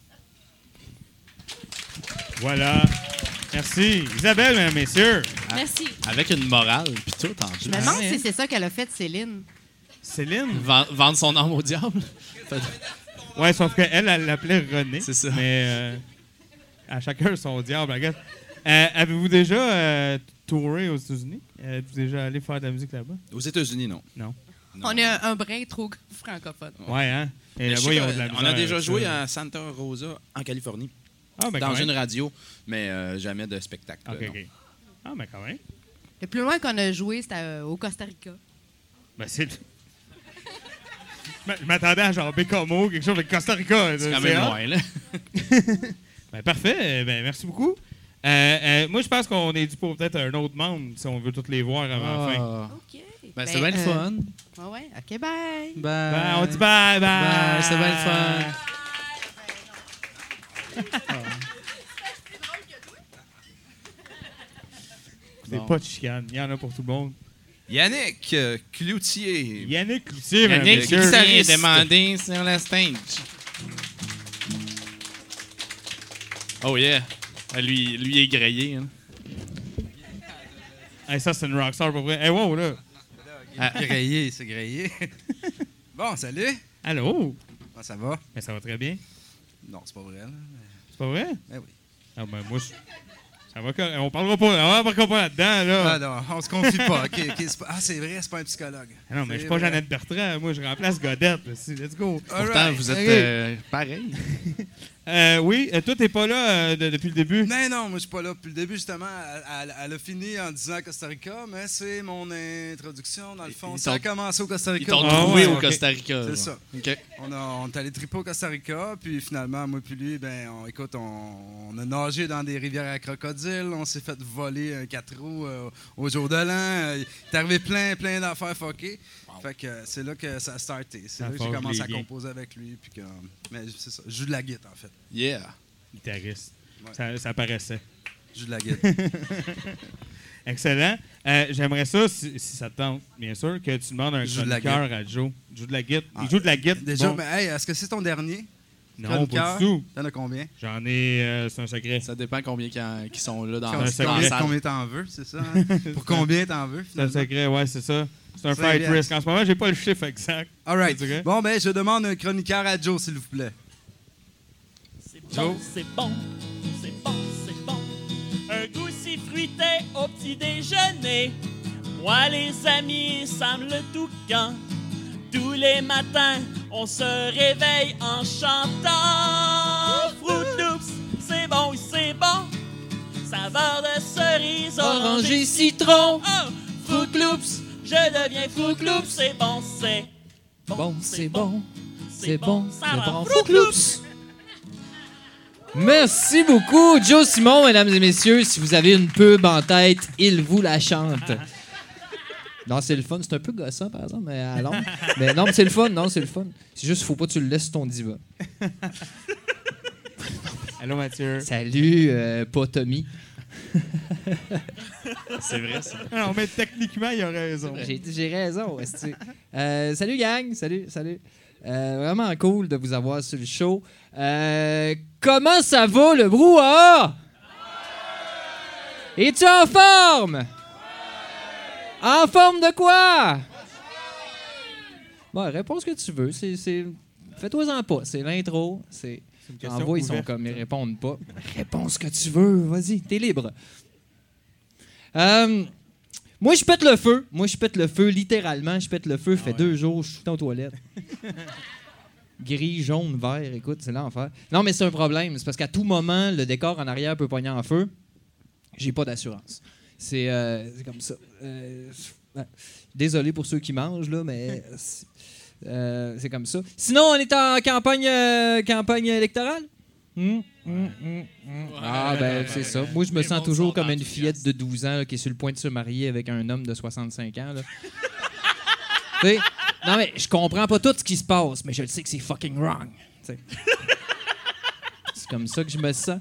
Voilà. Merci. Isabelle, mesdames, messieurs. Merci. Avec une morale, puis tout en Je me demande si c'est ça qu'elle a fait, Céline. Céline? Ven- vendre son âme au diable. Ouais, sauf qu'elle, elle l'appelait René. C'est ça. Mais euh, à chacun son diable, regarde. Euh, avez-vous déjà euh, touré aux États-Unis? Euh, Êtes-vous déjà allé faire de la musique là-bas? Aux États-Unis, non. Non. Non. On est un, un brin trop francophone. Ouais, hein? Et Mais là-bas, je sais ils ont que, de la on misère a déjà avec joué ça. à Santa Rosa, en Californie. Ah, ben dans quand une même. radio, mais euh, jamais de spectacle. OK, là, non. OK. Ah, ben quand même. Le plus loin qu'on a joué, c'était euh, au Costa Rica. Ben c'est... Je m'attendais à genre Bécamo, quelque chose avec Costa Rica. C'est quand même hot. loin, là. Ben parfait. Ben merci beaucoup. Euh, euh, moi, je pense qu'on est dû pour peut-être un autre membre si on veut tous les voir avant la fin. Ah. OK. Ben, c'était bien le fun. Ouais, ouais. OK, bye. Bye. Ben, on dit bye, bye. Bye, c'était bien le fun. C'est Bon. pas de chicane. Il y en a pour tout le monde. Yannick euh, Cloutier. Yannick Cloutier, mesdames, Yannick messieurs. qui s'est demandé sur la stage. Oh yeah. Ah, Lui, lui est grillé. Hein. Hey, ça, c'est une rockstar pour vrai. Hey, wow, là. Ah. Grillé, c'est grillé. Bon, salut. Allô? Comment ça va? Ben, ça va très bien. Non, c'est pas vrai. Là. C'est pas vrai? Ben oui. Ah, ben, moi, je... ça va correct. On parlera pas, on parlera pas là-dedans, là. Ah non, on se confie pas. OK, OK, c'est pas... Ah, c'est vrai, c'est pas un psychologue. Ah non, mais je C'est suis pas vrai. Jeannette Bertrand. Moi, je remplace Godette. Là. C'est- Let's go. All Pourtant, right. vous êtes Ok. euh, pareil. Euh, oui, euh, toi, t'es pas là euh, de- depuis le début? Mais non, moi, je suis pas là depuis le début, justement. Elle, elle- elle a fini en disant Costa Rica, mais c'est mon introduction, dans le fond. Ils Ça a t'ont- commencé au Costa Ils Rica. t'ont Ah trouvé ouais, au ok. Costa Rica. C'est là. ça. OK. On, a, on est allé triper au Costa Rica, puis finalement, moi puis lui, ben, on, écoute, on, on a nagé dans des rivières à crocodiles, on s'est fait voler un quatre roues euh, au jour de l'an. Euh, Il est arrivé plein, plein d'affaires fuckées. Fait que euh, c'est là que ça a starté. C'est Ça là que j'ai forge commencé les à liens. composer avec lui. Puis que, mais c'est ça, je joue de la guitare, en fait. Yeah. Guitariste. Ouais. Ça, ça paraissait. Je joue de la guitare. Excellent. Euh, J'aimerais ça, si, si ça te tente, bien sûr, que tu demandes un Je joue de la chroniqueur à Joe. Il joue de la guitare. Ah, Il joue de la guitare. Déjà, bon. mais hey, est-ce que c'est ton dernier? Non, chroniqueur? pas du tout. T'en as combien? J'en ai... euh, c'est un secret. Ça dépend combien qui, en- qui sont là dans, un Combien, secret. dans la combien, salle. combien t'en veux, c'est ça? hein? Pour combien t'en veux, C'est un finalement? secret, ouais, c'est ça. C'est un C'est fight bien. risk. En ce moment, j'ai pas le chiffre exact. All right. C'est vrai? Bon, ben, je demande un chroniqueur à Joe, s'il vous plaît. C'est bon, c'est bon, c'est bon, c'est bon. Un goût si fruité au petit déjeuner. Moi, les amis, ça me le tout quand. Tous les matins, on se réveille en chantant. Fruit Loops, c'est bon, oui, c'est bon. Saveur de cerise, orange et citron. Oh, Fruit Loops, je deviens Fruit Loops, c'est bon, c'est Bon, c'est bon, c'est bon, ça c'est va. bon. Fruit Loops. Merci beaucoup, Joe Simon, mesdames et messieurs. Si vous avez une pub en tête, il vous la chante. Non, c'est le fun. C'est un peu gossant, par exemple, mais à long. Mais non, mais c'est le fun. Non, c'est le fun. C'est juste, faut pas que tu le laisses sur ton diva. Allô, Mathieu. Salut, euh, pas Tommy. C'est vrai, ça. Non, mais techniquement, il a raison. J'ai j'ai raison. esti. Euh, salut, gang. Salut, salut. Euh, vraiment cool de vous avoir sur le show. Euh, comment ça va, le brouhaha? Es-tu en forme? En forme de quoi? Bon, réponds ce que tu veux. C'est, c'est... Fais-toi-en pas. C'est l'intro. C'est... une En question voix, ils sont ouverte. comme, ils répondent pas. Réponds ce que tu veux. Vas-y, t'es libre. Euh, moi, je pète le feu. Moi, je pète le feu, littéralement. Je pète le feu. Fait ouais. deux jours, je suis tout le temps aux toilettes. Gris, jaune, vert, écoute, c'est l'enfer. Non, mais c'est un problème. C'est parce qu'à tout moment, le décor en arrière peut pogner en feu. J'ai pas d'assurance. C'est, euh, c'est comme ça. Euh, ouais. Désolé pour ceux qui mangent, là, mais c'est, euh, c'est comme ça. Sinon, on est en campagne, euh, campagne électorale? Hum, hum, hum, hum. Ah, ben, c'est ça. Moi, je me Les sens mondes toujours sont comme une enthousiastes. fillette de douze ans là, qui est sur le point de se marier avec un homme de soixante-cinq ans. Là. Tu sais, non, mais je comprends pas tout ce qui se passe, mais je le sais que c'est fucking wrong. Tu sais. C'est comme ça que je me sens.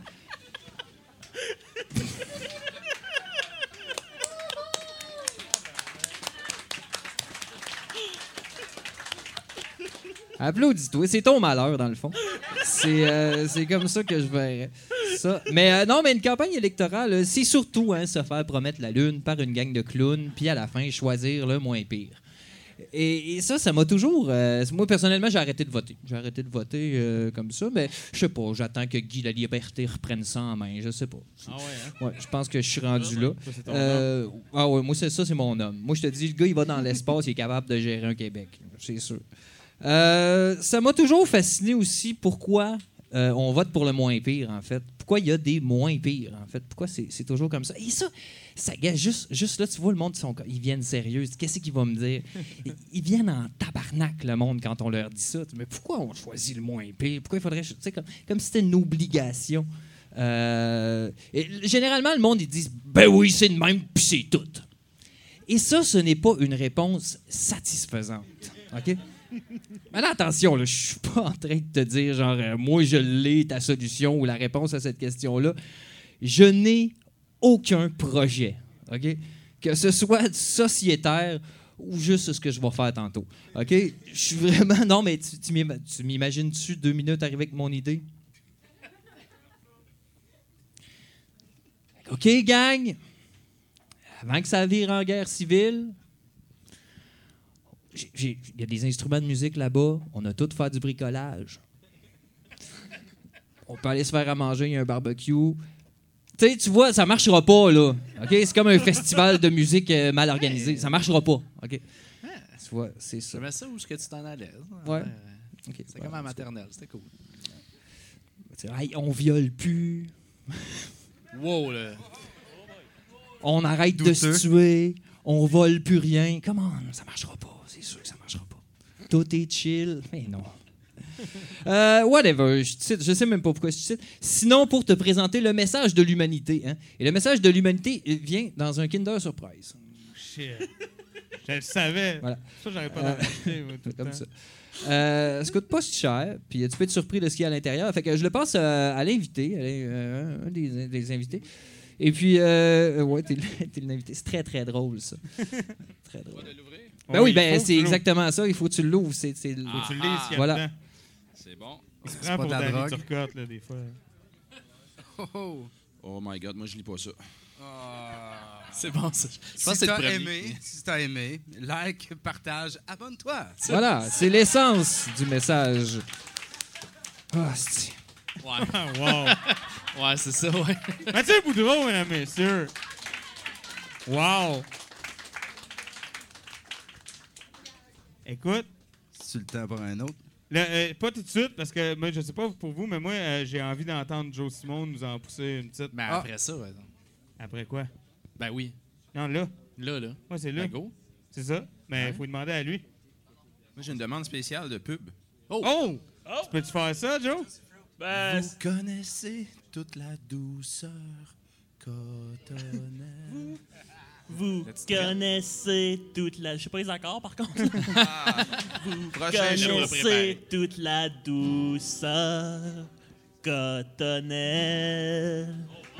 Applaudis-toi. C'est ton malheur, dans le fond. C'est, euh, c'est comme ça que je verrais ça. Mais euh, non, mais une campagne électorale, euh, c'est surtout hein, se faire promettre la lune par une gang de clowns, puis à la fin, choisir le moins pire. Et, et ça, ça m'a toujours... Euh, moi, personnellement, j'ai arrêté de voter. J'ai arrêté de voter euh, comme ça, mais je sais pas, j'attends que Guy Laliberté reprenne ça en main. Je sais pas. Ah ouais, hein? Ouais, je pense que je suis rendu là. Ça, c'est ton Euh, ah ouais, moi, c'est ça, c'est mon homme. Moi, je te dis, le gars, il va dans l'espace, il est capable de gérer un Québec. C'est sûr. Euh, ça m'a toujours fasciné aussi pourquoi euh, on vote pour le moins pire, en fait. Pourquoi il y a des moins pires, en fait. Pourquoi c'est, c'est toujours comme ça. Et ça, ça gars, juste, juste là, tu vois le monde, ils, sont, ils viennent sérieux. Qu'est-ce qu'ils vont me dire? Ils, ils viennent en tabarnak, le monde, quand on leur dit ça. Mais pourquoi on choisit le moins pire? Pourquoi il faudrait... Tu sais, comme, comme si c'était une obligation. Euh, et, généralement, le monde, ils disent « Ben oui, c'est le même, puis c'est tout. » Et ça, ce n'est pas une réponse satisfaisante. OK? Mais là, attention, là, je suis pas en train de te dire, genre, euh, moi, je l'ai, ta solution ou la réponse à cette question-là. Je n'ai aucun projet, OK? Que ce soit sociétaire ou juste ce que je vais faire tantôt, OK? Je suis vraiment... Non, mais tu, tu, m'im... tu m'imagines-tu deux minutes arriver avec mon idée? OK, gang? Avant que ça vire en guerre civile... Il y a des instruments de musique là-bas. On a tout fait du bricolage. On peut aller se faire à manger, il y a un barbecue. Tu sais, tu vois, ça marchera pas, là. OK? C'est comme un festival de musique euh, mal organisé. Ça marchera pas. OK? Tu vois, c'est ça. Je mets ça où est-ce que tu t'en allais. Ouais. Okay. C'est ouais, comme à la maternelle. C'était cool. Hey, on viole plus. Wow, là. On arrête Douteux. de se tuer. On vole plus rien. Comment? Ça marchera pas. C'est sûr que ça marchera pas. Tout est chill. Mais non. Euh, whatever. Je, cite, je sais même pas pourquoi je cite. Sinon, pour te présenter le message de l'humanité. Hein? Et le message de l'humanité vient dans un Kinder Surprise. Shit. Je le savais. Voilà. Ça, j'aurais pas euh, d'acheter, tout comme le temps. ça. Euh, ça coûte pas si cher, puis tu peux être surpris de ce qu'il y a à l'intérieur. Fait que je le passe euh, à l'invité, à euh, un des, des invités. Et puis, euh, ouais, t'es, t'es l'invité. C'est très, très drôle, ça. Très drôle. Tu vas l'ouvrir? Ben oui, oui ben c'est exactement ça. Il faut que tu l'ouvres. C'est, c'est... Faut que tu le lises, ce qu'il y a voilà. dedans. C'est bon. Il se prend pour Danny Turcotte, là, des fois. Oh, oh. Oh my God, moi, je lis pas ça. Oh. C'est bon, ça. Je si t'as aimé, si t'as aimé, like, partage, abonne-toi. Voilà, c'est l'essence du message. Ah, oh, c'est... Ouais. Wow. Ouais, c'est ça, ouais. Mathieu Boudreau, mesdames et messieurs. Wow. Écoute. C'est le temps pour un autre. Le, euh, pas tout de suite, parce que moi, je sais pas pour vous, mais moi, euh, j'ai envie d'entendre Joe Simone nous en pousser une petite. Mais après ah. ça, ouais. Après quoi? Ben oui. Non, là. Là, là. Ouais, c'est là. Ben go. C'est ça. Mais il ouais. faut demander à lui. Moi, j'ai une demande spéciale de pub. Oh! Oh! oh. Tu peux-tu faire ça, Joe? Ben, vous connaissez toute la douceur cotonnelle. Vous connaissez toute la... Je sais pas les accords, par contre. Ah, vous connaissez toute la douceur cotonnelle.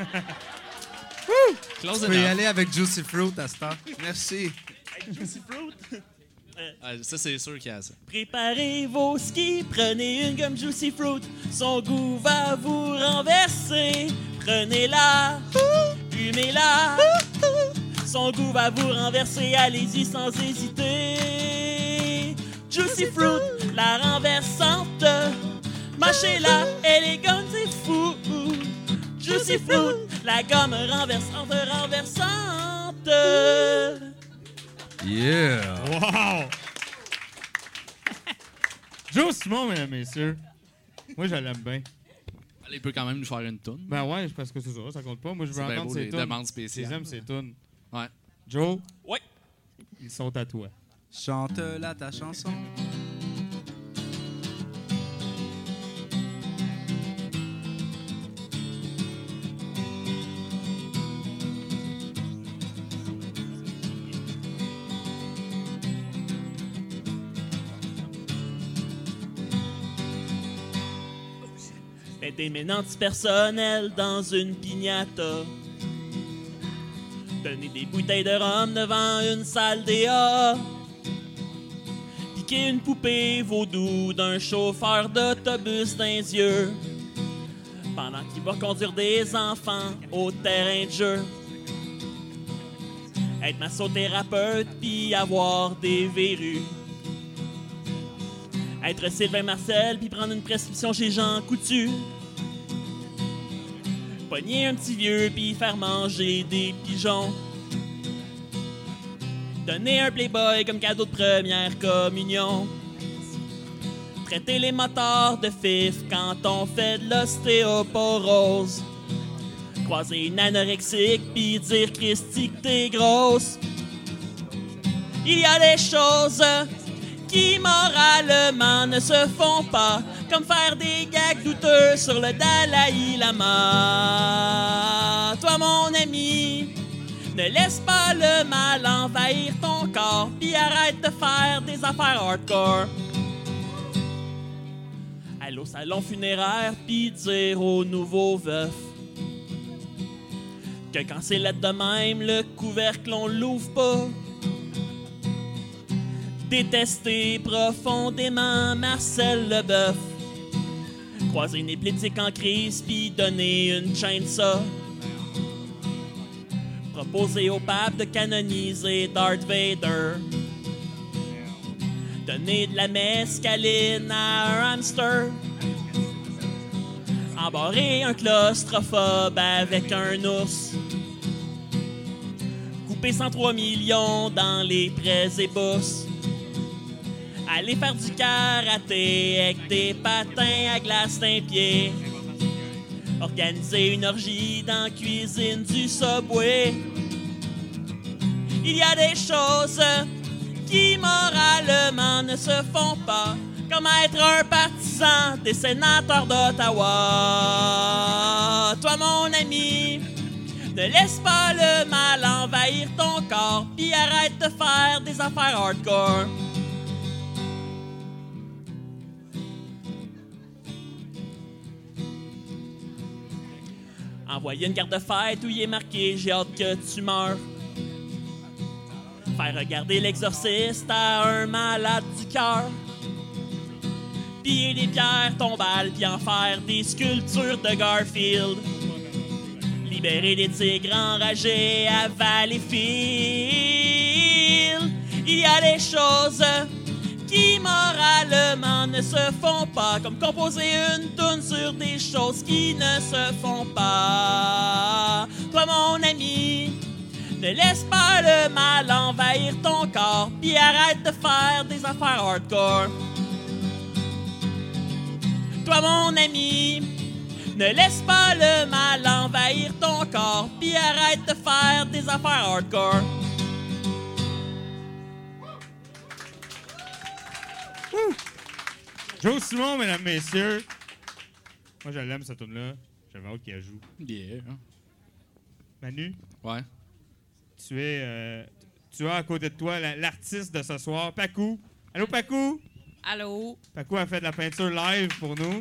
Tu peux y aller avec Juicy Fruit à ce temps. Merci. Avec Juicy Fruit? Euh, ah, ça, c'est sûr qu'il y a ça. Préparez vos skis, prenez une gomme Juicy Fruit. Son goût va vous renverser. Prenez-la, fumez-la. Son goût va vous renverser, allez-y sans hésiter. Juicy Fruit, la renversante. Mâchez-la, elle est gomme, c'est fou. Juicy Fruit, la gomme renversante, renversante. Yeah! Wow! Joe Simon, mesdames et messieurs. Moi, je l'aime bien. Il peut quand même nous faire une toune. Ben ouais, parce que c'est ça, ça compte pas. Moi, je veux entendre ses tunes. Demandes spéciales. J'aime ses tunes. Ouais. Joe? Ouais. Ils sont à toi. Chante-la ta chanson. Mettez mes nantis personnels dans une piñata. Donnez des bouteilles de rhum devant une salle D A. Puis piquer une poupée vaudou d'un chauffeur d'autobus dans les yeux pendant qu'il va conduire des enfants au terrain de jeu. Être massothérapeute puis avoir des verrues. Être Sylvain Marcel puis prendre une prescription chez Jean Coutu. Pogner un petit vieux puis faire manger des pigeons. Donner un Playboy comme cadeau de première communion. Traiter les motards de fif quand on fait de l'ostéoporose. Croiser une anorexique pis dire Christy que t'es grosse. Il y a des choses qui moralement ne se font pas, comme faire des gags douteux sur le Dalai Lama. Toi mon ami, ne laisse pas le mal envahir ton corps, pis arrête de faire des affaires hardcore. Allez au salon funéraire pis dire au nouveau veuf que quand c'est lettre de même, le couvercle on l'ouvre pas. Détester profondément Marcel Leboeuf. Croiser une épileptique en crise pis donner une chaîne ça. Proposer au pape de canoniser Darth Vader. Donner de la mescaline à un hamster. Embarrer un claustrophobe avec un ours. Couper cent trois millions dans les prêts et bourses. Aller faire du karaté avec des patins à glace d'un pied. Organiser une orgie dans la cuisine du Subway. Il y a des choses qui moralement ne se font pas, comme être un partisan des sénateurs d'Ottawa. Toi mon ami, ne laisse pas le mal envahir ton corps, pis arrête de faire des affaires hardcore. Envoyer une carte de fête où il est marqué « J'ai hâte que tu meurs ». Faire regarder l'exorciste à un malade du cœur. Piller des pierres tombales puis en faire des sculptures de Garfield. Libérer des tigres enragés à Valleyfield. Il y a des choses qui moralement ne se font pas, comme composer une toune sur des choses qui ne se font pas. Toi mon ami, ne laisse pas le mal envahir ton corps, puis arrête de faire des affaires hardcore. Toi mon ami, ne laisse pas le mal envahir ton corps, puis arrête de faire des affaires hardcore. Woo! Joe Simon, mesdames, messieurs. Moi, je l'aime, cette tune-là. J'avais hâte qu'il la joue. Yeah. Manu? Ouais. Tu es... Euh, tu as à côté de toi la- l'artiste de ce soir, Pacou. Allô, Pacou? Allô? Pacou a fait de la peinture live pour nous.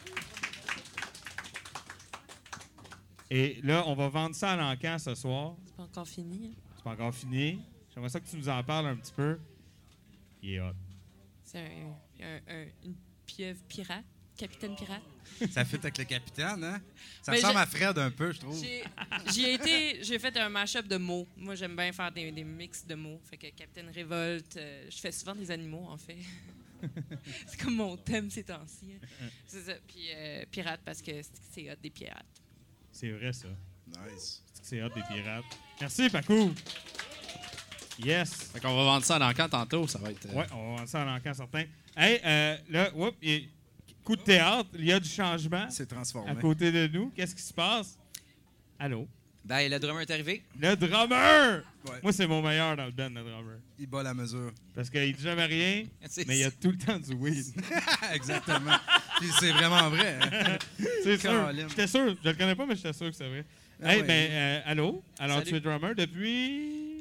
Et là, on va vendre ça à l'encan ce soir. C'est pas encore fini. hein? C'est pas encore fini. J'aimerais ça que tu nous en parles un petit peu. Il est hot. C'est un, un- un- une pieuvre pirate, capitaine pirate. Ça fit avec le capitaine, hein? Ça Mais ressemble j'ai- à Fred un peu, je trouve. J'ai j'y ai été, j'ai fait un mash-up de mots. Moi, j'aime bien faire des, des mix de mots. Fait que Capitaine Révolte, euh, je fais souvent des animaux, en fait. C'est comme mon thème ces temps-ci. hein. C'est ça. Puis euh, pirate, parce que c'est c'est hot des pirates. C'est vrai, ça. Nice. C'est que c'est hot des pirates. Merci, Pacou. Yes. Fait qu'on va vendre ça à l'encan tantôt, ça va être... euh, Ouais, on va vendre ça à l'encan, certain. Hey, euh, là, whoop, il y a- coup de théâtre, il y a du changement. C'est transformé. À côté de nous. Qu'est-ce qui se passe? Allô? Ben, le drummer est arrivé. Le drummer! Ouais. Moi, c'est mon meilleur dans le band, le drummer. Il bat la mesure. Parce qu'il dit jamais rien, C'est mais il y a tout le temps du weed. Exactement. Puis c'est vraiment vrai. hein? C'est sûr. Caroline. J'étais sûr. Je le connais pas, mais j'étais sûr que c'est vrai. Ah hey, ouais. ben, euh, allô? Alors, Salut. tu es drummer depuis...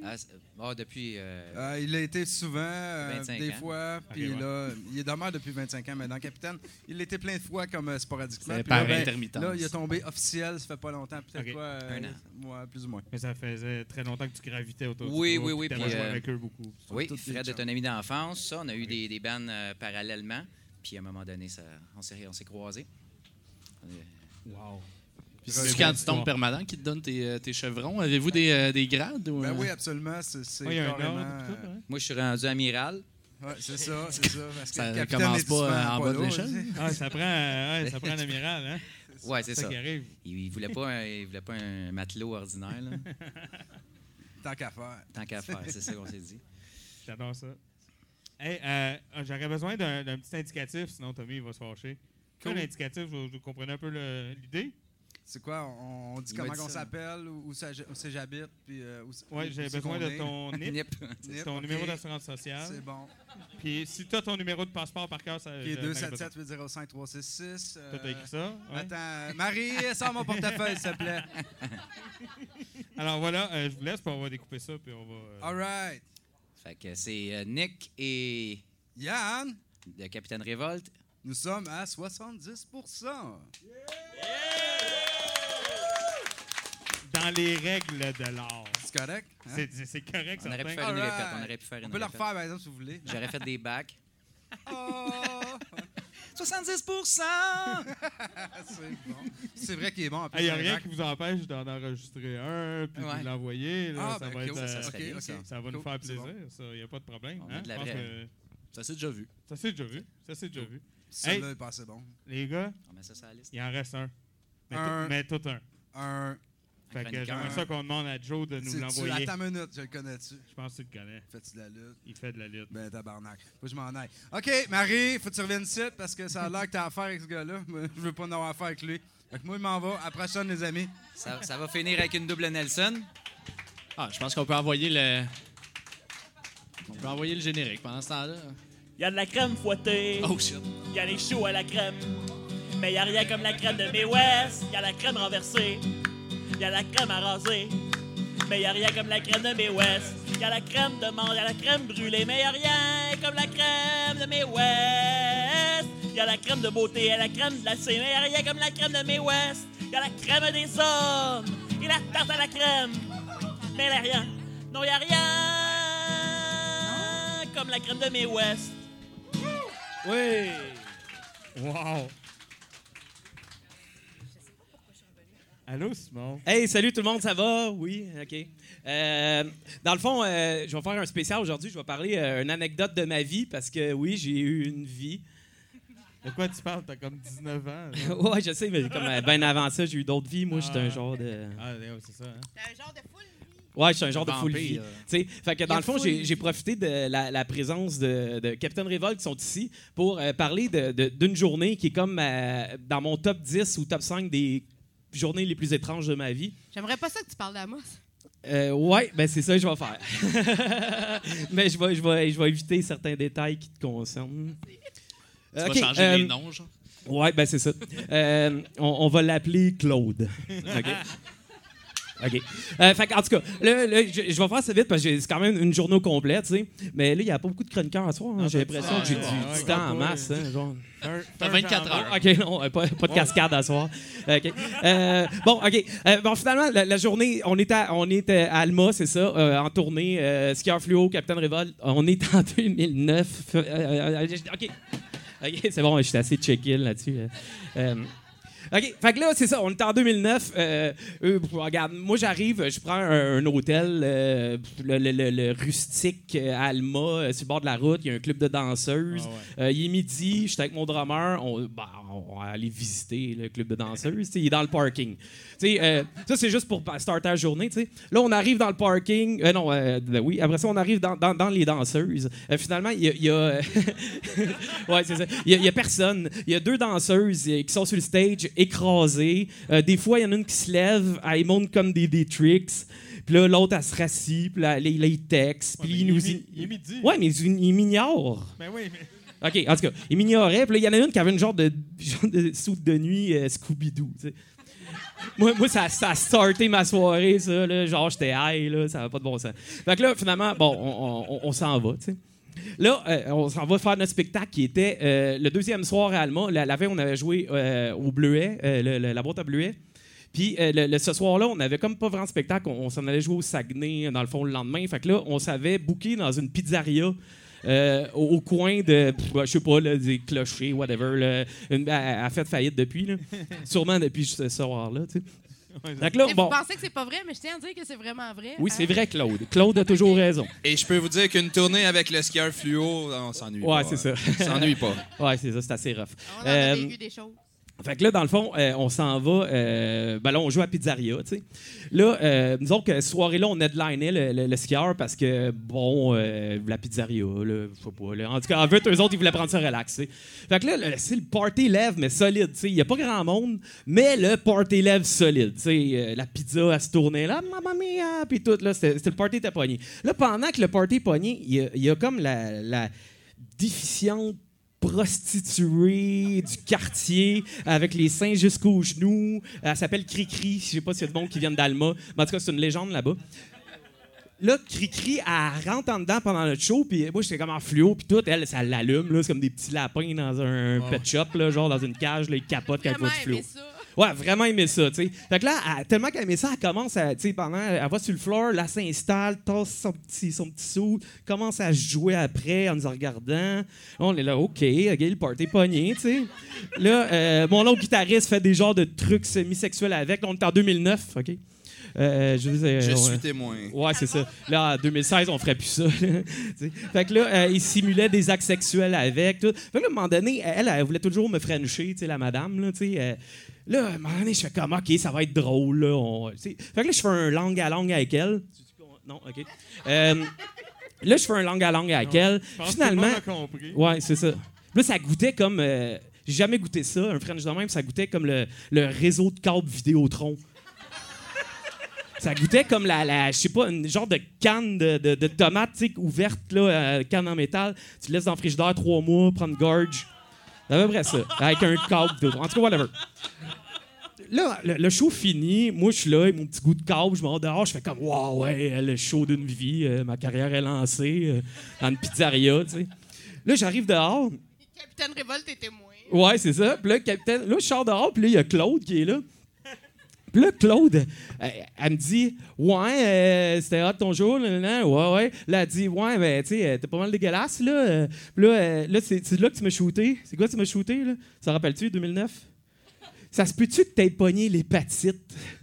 Ah, c'est- ah, depuis... euh, Euh, il a été souvent, euh, vingt-cinq des ans. fois, puis Ok, ouais. là, il est demeure depuis vingt-cinq ans, mais dans Capitaine, il l'était plein de fois comme euh, sporadiquement. C'est Puis par là, intermittence. Là, il est tombé officiel, ça fait pas longtemps, peut-être Ok. quoi, euh, Un an. ouais, plus ou moins. Mais ça faisait très longtemps que tu gravitais autour Oui, du oui, groupe, oui, puis puis, t'avais joué euh, avec eux beaucoup. Oui, toutes des Fred est chums. un ami d'enfance. Ça, on a eu des, des bands euh, parallèlement. Puis à un moment donné, ça, on s'est, on s'est croisés. Wow. Puis c'est quand tu tombes permanent qui te donne tes, euh, tes chevrons. Avez-vous des, euh, des grades? Ou, Ben euh? oui, absolument. C'est, c'est Ouais, il y a un carrément, ordre, tout, euh, hein? Moi, je suis rendu amiral. ouais, c'est ça, c'est ça. Parce que Ça le capitaine commence est pas, souvent euh, en bas de là, l'échelle? aussi. Ah, ça prend, euh, ouais, ça prend un amiral, hein? Ouais, c'est ça ça. qui arrive. Il, il voulait pas un, il voulait pas un matelot ordinaire, là. Tant qu'à faire. Tant qu'à faire, c'est ça qu'on s'est dit. J'adore ça. Hey, euh, j'aurais besoin d'un, d'un petit indicatif, sinon Tommy il va se fâcher. Cool. Quel indicatif, vous, vous comprenez un peu le- l'idée? C'est quoi? On, on dit Il m'a comment dit on ça. s'appelle, où, où, ça- où c'est j'habite, puis euh, où, Oui, où j'ai c'est besoin qu'on de est. ton N I P, Nip. Nip, ton ok. numéro d'assurance sociale. C'est bon. Puis si tu as ton numéro de passeport par cœur, ça Qui est je- deux j'aurais sept besoin. sept huit zéro cinq trois six six. Toi, t'as écrit ça? Ouais. Attends, euh, Marie, sors mon portefeuille, s'il te plaît. Alors voilà, euh, je vous laisse, puis on va découper ça, puis on va... euh, All right. Fait que c'est euh, Nick et Yann, le Capitaine Révolte. nous sommes à soixante-dix pour cent. Dans les règles de l'art. C'est correct? hein? C'est, c'est- c'est correct, On aurait pu certain. faire une Alright. répète. On aurait pu faire On une peut le répète. refaire, par exemple, si vous voulez. J'aurais fait des bacs. Oh! soixante-dix pour cent! C'est bon. C'est vrai qu'il est bon. En plus, Il n'y a un rien bac. qui vous empêche d'en enregistrer un, puis Ouais. de l'envoyer. Là, Ah, ça, ben, va cool, être, ça euh, serait bien, ok, ça. ok. ça va nous Cool, faire c'est plaisir. bon. Ça, il n'y a pas de problème. On hein? met de la Je pense vraie. que Ça s'est déjà vu. ça s'est déjà vu. Ça s'est déjà vu. Celui-là Hey. est pas assez bon. Les gars, On met ça sur la liste. il en reste un. Mais, Un. tout, mais tout un. Un. Fait que chroniqueur. j'aimerais ça qu'on demande à Joe de nous C'est- tu- l'envoyer. Attends une minute, je le connais-tu? Je pense que tu le connais. Fais-tu de la lutte? Il fait de la lutte. Ben, tabarnak. Faut que je m'en aille. OK, Marie, faut que tu reviennes ici parce que ça a l'air que t'as affaire avec ce gars-là. Moi, je veux pas en avoir affaire avec lui. Fait que moi, je m'en vais. À la prochaine, les amis. Ça, ça va finir avec une double Nelson. Ah, je pense qu'on peut envoyer le. On peut envoyer le générique pendant ce temps-là. Il y a de la crème fouettée. Oh shit. Il y a les choux à la crème. Mais il y a rien comme la crème de May West. Il y a la crème renversée. Il y a la crème à raser. Mais il y a rien comme la crème de May West. Il y a la crème de menthe, il y a la crème brûlée. Mais il y a rien comme la crème de May West. Il y a la crème de beauté, il y a la crème glacée. Mais il y a rien comme la crème de May West. Il y a la crème des hommes. Et la tarte à la crème. Mais il y a rien. Non, il y a rien comme la crème de May West. Oui. Wow! Allô, Simon? Hey, salut tout le monde, ça va? Oui, OK. Euh, dans le fond, euh, je vais faire un spécial aujourd'hui. Je vais parler euh, une anecdote de ma vie parce que, oui, j'ai eu une vie. De quoi tu parles? T'as comme dix-neuf ans. là. Ouais, je sais, mais comme euh, bien avant ça, j'ai eu d'autres vies. Moi, j'étais un genre de... Ah, ouais, c'est ça. Hein? Un genre de full vie. Ouais, je suis un genre de full Vampire, vie. euh. Tu sais, fait que dans Il y a le fond, full j'ai vie. j'ai profité de la, la présence de, de Capitaine Révolte qui sont ici pour euh, parler de- de- d'une journée qui est comme euh, dans mon top dix ou top cinq des journées les plus étranges de ma vie. J'aimerais pas ça que tu parles d'Amos. Euh, ouais, ben c'est ça que je vais faire. Mais je vais, je, vais, je vais éviter certains détails qui te concernent. Tu Ok, vas changer euh, les noms, genre. Ouais, ben c'est ça. Euh, on, on va l'appeler Claude. OK? OK. Euh, fait que, en tout cas, là, là, je, je vais faire ça vite parce que c'est quand même une journée complète, tu sais. Mais là, il n'y a pas beaucoup de chroniqueurs à soir. hein. Ah, J'ai t'as l'impression du que j'ai temps, du, ouais, du ouais, temps en ouais. masse. Hein, genre. T'as vingt-quatre heures. OK, non, pas, pas de cascade à soir. OK. Euh, bon, OK. Euh, bon, finalement, la, la journée, on est à, on est à Alma, c'est ça, euh, en tournée. Euh, Skieur Fluo, Capitaine Révolte. On est en deux mille neuf. Euh, euh, euh, OK. OK, c'est bon, je suis assez check-in là-dessus. Euh, euh, OK, fait que là, c'est ça, on est en deux mille neuf. Euh, euh, regarde, moi, j'arrive, je prends un, un hôtel, euh, le, le- le- le rustique euh, à Alma, euh, sur le bord de la route. Il y a un club de danseuses. Ah ouais. Euh, il est midi, je suis avec mon drummer. On, bah, on va aller visiter le club de danseuses. Tu sais, il est dans le parking. Tu sais, euh, ça, c'est juste pour starter la journée. tu sais. Là, on arrive dans le parking. Euh, non, euh, oui, après ça, on arrive dans, dans- dans les danseuses. Euh, finalement, il y a. il y a ouais, c'est ça. Il y a- il y a personne. Il y a deux danseuses euh, qui sont sur le stage, écrasées. Euh, des fois, il y en a une qui se lève, elle monte comme des, des tricks. Puis là, l'autre, elle se rassit. Puis là, là, il là, il texte. Puis Ouais, il mais nous. il est mi- il est midi. Ouais, mais il, il m'ignore. Ben oui, mais. OK, en tout cas, il m'ignorait. Puis là, il y en a une qui avait une genre de, genre de soupe de nuit euh, Scooby-Doo. tu sais. moi, moi ça, ça a starté ma soirée, ça. Là, genre, j'étais high, là, ça n'a pas de bon sens. Fait que là, finalement, bon, on, on, on s'en va, tu sais. Là, euh, on s'en va faire notre spectacle qui était euh, le deuxième soir à Alma. La, la veille, on avait joué euh, au Bleuet, euh, le, le, la boîte à Bleuet. Puis euh, le, le, ce soir-là, on avait comme pas vraiment de spectacle. On, on s'en allait jouer au Saguenay, dans le fond, le lendemain. Fait que là, on s'avait booké dans une pizzeria euh, au, au coin de, pff, je sais pas, là, des clochers, whatever. Là, une, elle a fait faillite depuis, là. Sûrement depuis ce soir-là, tu sais. Donc là, Mais bon. Vous pensez que c'est pas vrai, mais je tiens à dire que c'est vraiment vrai. Oui, hein? c'est vrai, Claude. Claude a toujours raison. Et je peux vous dire qu'une tournée avec le skieur fluo, on s'ennuie ouais, pas. Ouais, c'est ça. On s'ennuie pas. Ouais, c'est ça, c'est assez rough. On en a vécu des choses. Fait que là, dans le fond, euh, on s'en va. Euh, ben là, on joue à Pizzeria, tu sais. Là, euh, nous autres, cette soirée-là, on headlinait le, le, le skieur parce que, bon, euh, la Pizzeria, là, je sais pas. Là, en tout cas, en fait, eux autres, ils voulaient prendre ça relax, tu sais. Fait que là, le, c'est le party lève, mais solide, tu sais. Il y a pas grand monde, mais le party lève solide, tu sais. Euh, la pizza, elle se tournait là, mamma mia, puis tout, là, c'était, c'était le party était pogné. Là, pendant que le party est pogné, il y a, il y a comme la, la déficiente prostituée du quartier avec les seins jusqu'aux genoux. Elle s'appelle Cricri. Je sais pas s'il y a de monde qui viennent d'Alma. Mais en tout cas, c'est une légende là-bas. Là, Cricri, elle rentre en dedans pendant notre show, puis moi, j'étais comme en fluo, puis tout. Elle, ça l'allume, là. C'est comme des petits lapins dans un oh. pet shop, là, genre dans une cage, là, ils capotent quand ils voient du fluo. Ouais, vraiment aimé ça, tu sais. Fait que là, elle, tellement qu'elle aimait ça, elle commence à, tu sais, pendant, elle va sur le floor, là, s'installe, tasse son petit, son petit sou, commence à jouer après en nous regardant. On est là, OK, OK, le party pogné, tu sais. Là, euh, mon autre guitariste fait des genres de trucs semi-sexuels avec. Là, on est en deux mille neuf, OK? Euh, je euh, je ouais. suis témoin. Ouais, c'est ça. Là, en deux mille seize, on ferait plus ça. Fait que là, euh, il simulait des actes sexuels avec. Tout. Fait que là, à un moment donné, elle, elle voulait toujours me frencher, tu sais, la madame, là, tu sais. Euh, là, à un moment donné, je fais comme, OK, ça va être drôle, là. On, fait que là, je fais un langue à langue avec elle. Non, OK. Euh, là, je fais un langue à langue avec non, elle. Finalement. Que tout le monde a compris. Ouais, c'est ça. Là, ça goûtait comme. Euh, j'ai jamais goûté ça, un French de même, ça goûtait comme le, le réseau de câbles Vidéotron. Ça goûtait comme la, la je sais pas, une genre de canne de, de, de tomates ouverte, là, euh, canne en métal. Tu laisses dans le frigidaire trois mois, prendre gorge. C'est à peu près ça, avec un câble. De... En tout cas, whatever. Là, le, le show fini, moi, je suis là, avec mon petit goût de câble, je m'en dehors, je fais comme, waouh, ouais, le show d'une vie, euh, ma carrière est lancée euh, dans une pizzeria, tu sais. Là, j'arrive dehors. Capitaine Révolte est témoin. Ouais, c'est ça. Puis là, capitaine, là, je sors dehors, puis là, il y a Claude qui est là. Puis là, Claude, elle, elle me dit « Ouais, euh, c'était hot ton jour, là, là, ouais, ouais. » Là, elle dit « Ouais, mais tu sais, t'es pas mal dégueulasse, là. » Puis là, euh, là c'est, c'est là que tu m'as shooté. C'est quoi tu m'as shooté, là? Ça rappelles-tu, deux mille neuf? Ça se peut-tu que t'aies pogné l'hépatite?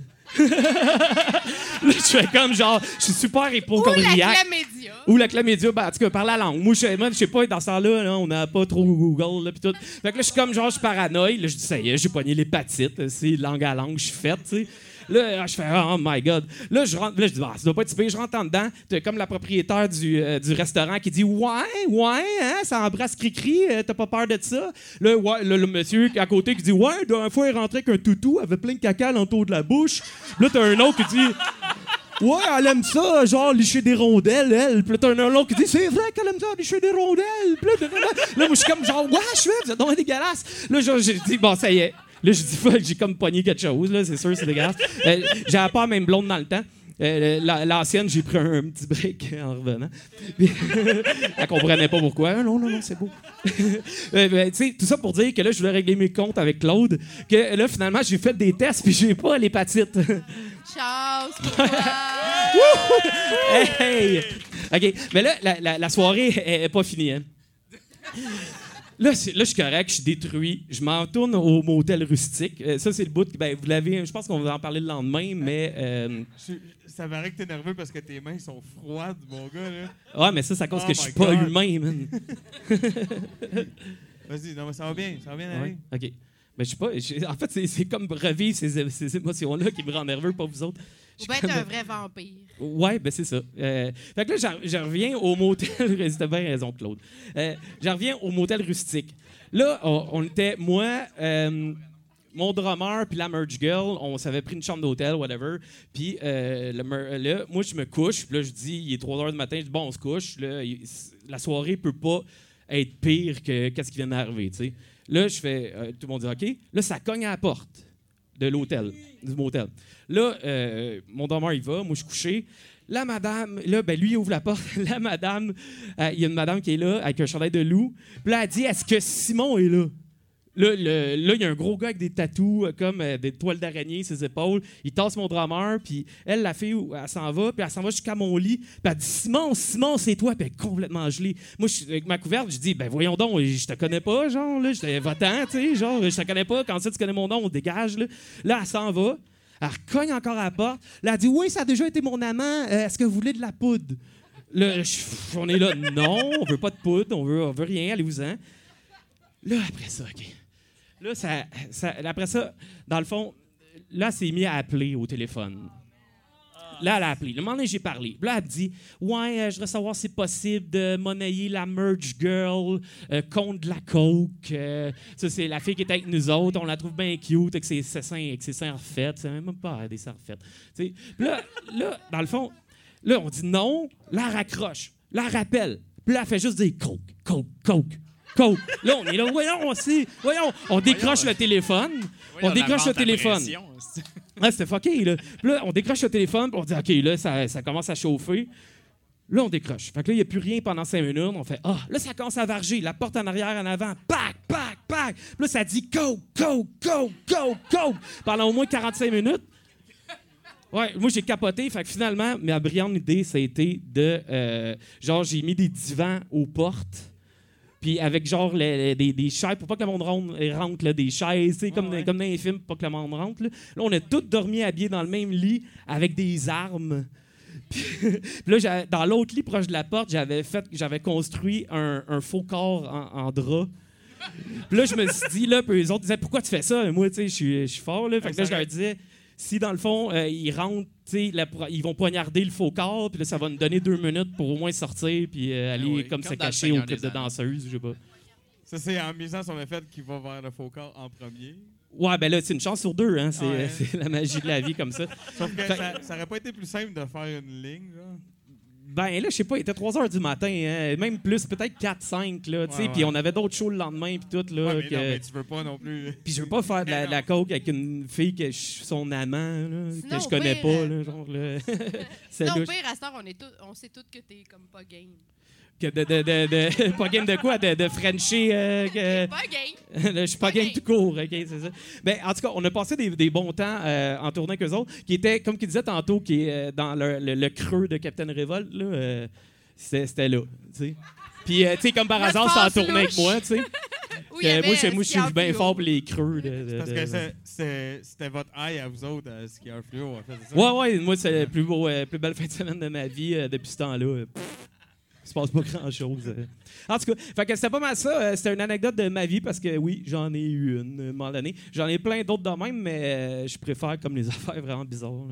Là, je fais comme genre, je suis super hypochondriaque. Ou la chlamydia. Ou la chlamydia, ben, en tout cas, par la langue. Moi, je, moi, je sais pas, dans ce temps-là, là, on n'a pas trop Google, là, pis tout. Fait que là, je suis comme genre, je suis paranoïe. Là, je dis, ça y est, j'ai pogné l'hépatite. C'est langue à langue, je suis faite, tu sais. Là, je fais, oh my God. Là, je rentre, là, je dis, bah, ça doit pas être si pire. Je rentre en dedans. T'as comme la propriétaire du, euh, du restaurant qui dit, ouais, ouais, hein, ça embrasse Cricri, euh, t'as pas peur de ça? Là, ouais, là, le monsieur à côté qui dit, ouais, la dernière fois, il rentrait avec un toutou, avait plein de caca l'entour de la bouche. Là, t'as un autre qui dit, ouais, elle aime ça, genre, licher des rondelles, elle. Puis là, t'as un autre qui dit, c'est vrai qu'elle aime ça, licher des rondelles. Puis là, là, là, moi, je suis comme, genre, ouais, je suis, vous êtes donc dégueulasse. Là, genre, j'ai dit, bon, ça y est. Là, je dis, fuck, j'ai comme pogné quelque chose, là, c'est sûr, c'est dégueulasse. Euh, j'avais pas la même blonde dans le temps. Euh, la, l'ancienne, j'ai pris un, un petit break en revenant. Puis, elle comprenait pas pourquoi. Non, non, non, c'est beau. euh, ben, tu sais, tout ça pour dire que là, je voulais régler mes comptes avec Claude. Que là, finalement, j'ai fait des tests, puis j'ai pas l'hépatite. Chance pour toi! Hey! OK, mais là, la, la, la soirée est pas finie, hein. Là, c'est, là, je suis correct, je suis détruit. Je m'en tourne au motel rustique. Euh, ça, c'est le bout que, ben, vous l'avez, je pense qu'on va en parler le lendemain, mais... Euh... Je, ça paraît que t'es nerveux parce que tes mains sont froides, mon gars, là. Ouais, mais ça, c'est à cause oh que je suis pas God. humain, man. Vas-y, non, mais ça va bien, ça va bien aller. Ouais, OK. Mais je sais pas, je, en fait, c'est, c'est comme revivre ces, ces émotions-là qui me rendent nerveux, pas vous autres. Ou bien être un vrai vampire. Ouais, ben c'est ça. Euh, fait que là, je reviens au motel... T'as bien raison, Claude. Euh, je reviens au motel rustique. Là, on, on était, moi, euh, mon drummer puis la merge girl, on s'avait pris une chambre d'hôtel, whatever. Puis euh, le mer- là, moi, je me couche. Puis là, je dis, il est trois heures du matin. Je dis, bon, on se couche. Là, il, la soirée peut pas être pire que qu'est-ce qui vient d'arriver, tu sais. Là, je fais... Euh, tout le monde dit, OK. Là, ça cogne à la porte de l'hôtel, du motel. Là, euh, mon dormeur, il va, moi, je suis couché. La madame, là, ben lui, il ouvre la porte. La madame, euh, il y a une madame qui est là, avec un chandail de loup. Puis là, elle dit, est-ce que Simon est là? Là, le, là, il y a un gros gars avec des tatous, euh, comme euh, des toiles d'araignée, ses épaules. Il tasse mon drummer, puis elle, la fille, elle s'en va, puis elle s'en va jusqu'à mon lit. Puis elle dit, Simon, Simon, c'est toi. Puis elle est complètement gelée. Moi, je suis avec ma couverte, je dis, ben voyons donc, je te connais pas, genre, là, j'étais votant, tu sais, genre, je te connais pas. Quand ça, tu connais mon nom, on dégage, là. Là, elle s'en va. Elle cogne encore à la porte. Là, elle dit, oui, ça a déjà été mon amant. Euh, est-ce que vous voulez de la poudre? Là, je, on est là, non, on veut pas de poudre, on veut, on veut rien, allez-vous-en. Là, après ça, OK. Là, ça, ça, après ça, dans le fond, là, c'est mis à appeler au téléphone. Là, elle a appelé. Le moment donné, j'ai parlé. Là, elle me dit, ouais, euh, je voudrais savoir si c'est possible de monnayer la Merge Girl euh, contre de la coke. Euh, ça, c'est la fille qui était avec nous autres. On la trouve bien cute avec ses, ses seins, avec ses seins refaites. C'est même pas des seins refaites. Puis là, là, dans le fond, là, on dit non. Là, elle raccroche. Là, elle rappelle. Puis là, elle fait juste dire coke, coke, coke. Coke. Là, on est là, voyons, on sait, voyons, on décroche le téléphone, on décroche le téléphone. Ouais, c'était fucké, là. Puis là, on décroche le téléphone, puis on dit, OK, là, ça, ça commence à chauffer. Là, on décroche. Fait que là, il n'y a plus rien pendant cinq minutes. On fait, ah, là, ça commence à varger. La porte en arrière, en avant, pac, pac, pac. Puis là, ça dit, coke, coke, coke, coke, coke. Pendant au moins quarante-cinq minutes. Ouais, moi, j'ai capoté. Fait que finalement, ma brillante idée, ça a été de, euh, genre, j'ai mis des divans aux portes. Puis avec genre les, les, des, des chaises, pour pas que le monde rentre, rentre là, des chaises, tu sais, comme, ouais. comme dans les films, pour pas que le monde rentre. Là, là on a tous dormi habillés dans le même lit avec des armes. Puis, puis là, dans l'autre lit proche de la porte, j'avais fait, j'avais construit un, un faux corps en, en drap. Puis là, je me suis dit, là, puis eux autres disaient, pourquoi tu fais ça? Moi, tu sais, je suis, je suis fort, là. Fait que là, je leur disais, si dans le fond, euh, ils rentrent, tu sais, ils vont poignarder le faux corps, puis là, ça va nous donner deux minutes pour au moins sortir, puis euh, aller oui, comme, comme se cacher au club de danseuses, je sais pas. Ça, c'est en misant sur le fait qu'il va vers le faux corps en premier. Ouais, ben là, c'est une chance sur deux, hein. C'est, ouais. c'est la magie de la vie comme ça. Sauf que ça, ça aurait pas été plus simple de faire une ligne, là. Ben là, je sais pas, il était trois heures du matin, hein, même plus, peut-être quatre cinq, là, tu sais, ouais, puis ouais. on avait d'autres shows le lendemain, puis tout, là. Ouais, mais que... non, mais tu veux pas non plus. Puis je veux pas faire de la, la coke avec une fille que je suis son amant, là, sinon, que je connais pire, pas, là, genre, là. Sinon, au pire, à cette heure, on, est tout, on sait tous que t'es comme pas game. Que de, de, de, de, pas game de quoi? De, de Frencher. Euh, que, pas game. Je suis pas, pas game, game tout court, OK, c'est ça. Ben, en tout cas, on a passé des, des bons temps euh, en tournée avec eux autres, qui étaient, comme qu'ils disaient tantôt, qui est euh, dans le, le, le creux de Captain Révolte, là. Euh, C'était, c'était là, tu sais. Puis, euh, tu sais, comme par hasard, c'est en tournée avec moi, tu sais. Oui, euh, moi, je, moi, je suis bien fort pour les creux. De, de, parce de, que de... C'est, c'est, c'était votre high à vous autres, euh, Skieur Fluo, en fait, c'est ça? Ouais, ouais, moi, c'est la plus, beau, euh, plus belle fin de semaine de ma vie euh, depuis ce temps-là. Il se passe pas grand-chose. Euh. En tout cas, fait que c'était pas mal ça. Euh, c'était une anecdote de ma vie parce que, oui, j'en ai eu une, à un moment donné. J'en ai plein d'autres de même, mais euh, je préfère comme les affaires vraiment bizarres.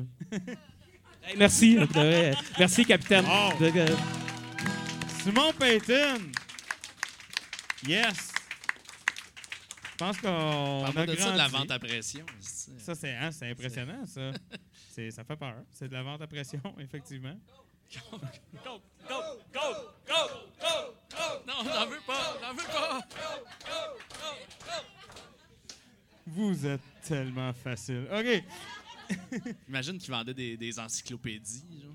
Hey, merci. Euh, merci, capitaine. Oh. De, euh, Simon Payton. Yes. Je pense qu'on a grandi. de ça, de la vente à pression. C'est... Ça, c'est, hein, c'est impressionnant, ça. C'est, ça fait peur. C'est de la vente à pression, effectivement. Go, go, go, go, go, go, go. Non, j'en veux pas, j'en veux pas. Go, go, go, go. Vous êtes tellement facile. OK. Imagine qu'ils vendaient des, des encyclopédies, genre.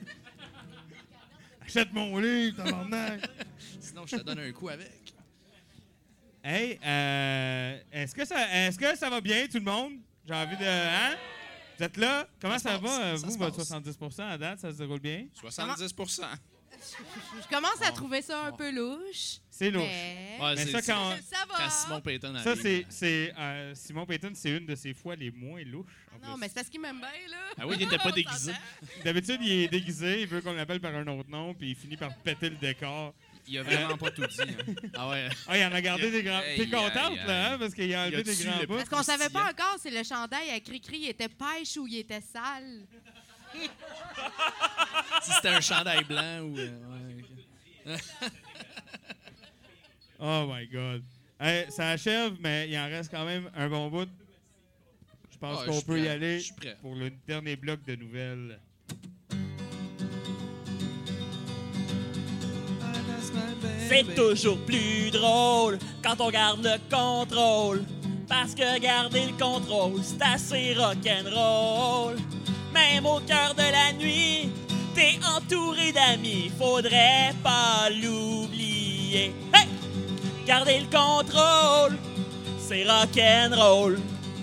Achète mon livre, tabarnak! Sinon, je te donne un coup avec. Hey, euh, est-ce que ça, est-ce que ça va bien, tout le monde? J'ai envie de... Hein? Vous êtes là? Comment ça, ça va, passe, vous, ça votre soixante-dix pour cent à date? Ça se déroule bien? soixante-dix pour cent. Je commence à trouver ça un peu louche. C'est louche. Mais, ouais, mais c'est, ça, quand, ça va. Quand Simon Payton arrive. Ça, c'est, c'est, euh, Simon Payton, c'est une de ses fois les moins louches. Non, plus. Mais c'est parce qu'il m'aime bien, là. Ah oui, il n'était pas déguisé. D'habitude, il est déguisé, il veut qu'on l'appelle par un autre nom, puis il finit par péter le décor. Il a vraiment euh... pas tout dit. Hein. Ah ouais. Ah, il en a gardé des grands... T'es contente, là, hein, parce qu'il a enlevé des grands bouts. Parce qu'on savait pas encore si le chandail à Cri-Cri était pêche ou il était sale. Si c'était un chandail blanc ou... Euh, ouais. Oh my God. Hey, ça achève, mais il en reste quand même un bon bout. Je pense oh, qu'on peut prêt. y aller pour le dernier bloc de nouvelles. C'est toujours plus drôle quand on garde le contrôle. Parce que garder le contrôle, c'est assez rock'n'roll. Même au cœur de la nuit, t'es entouré d'amis, faudrait pas l'oublier. Hey! Garder le contrôle, c'est rock'n'roll.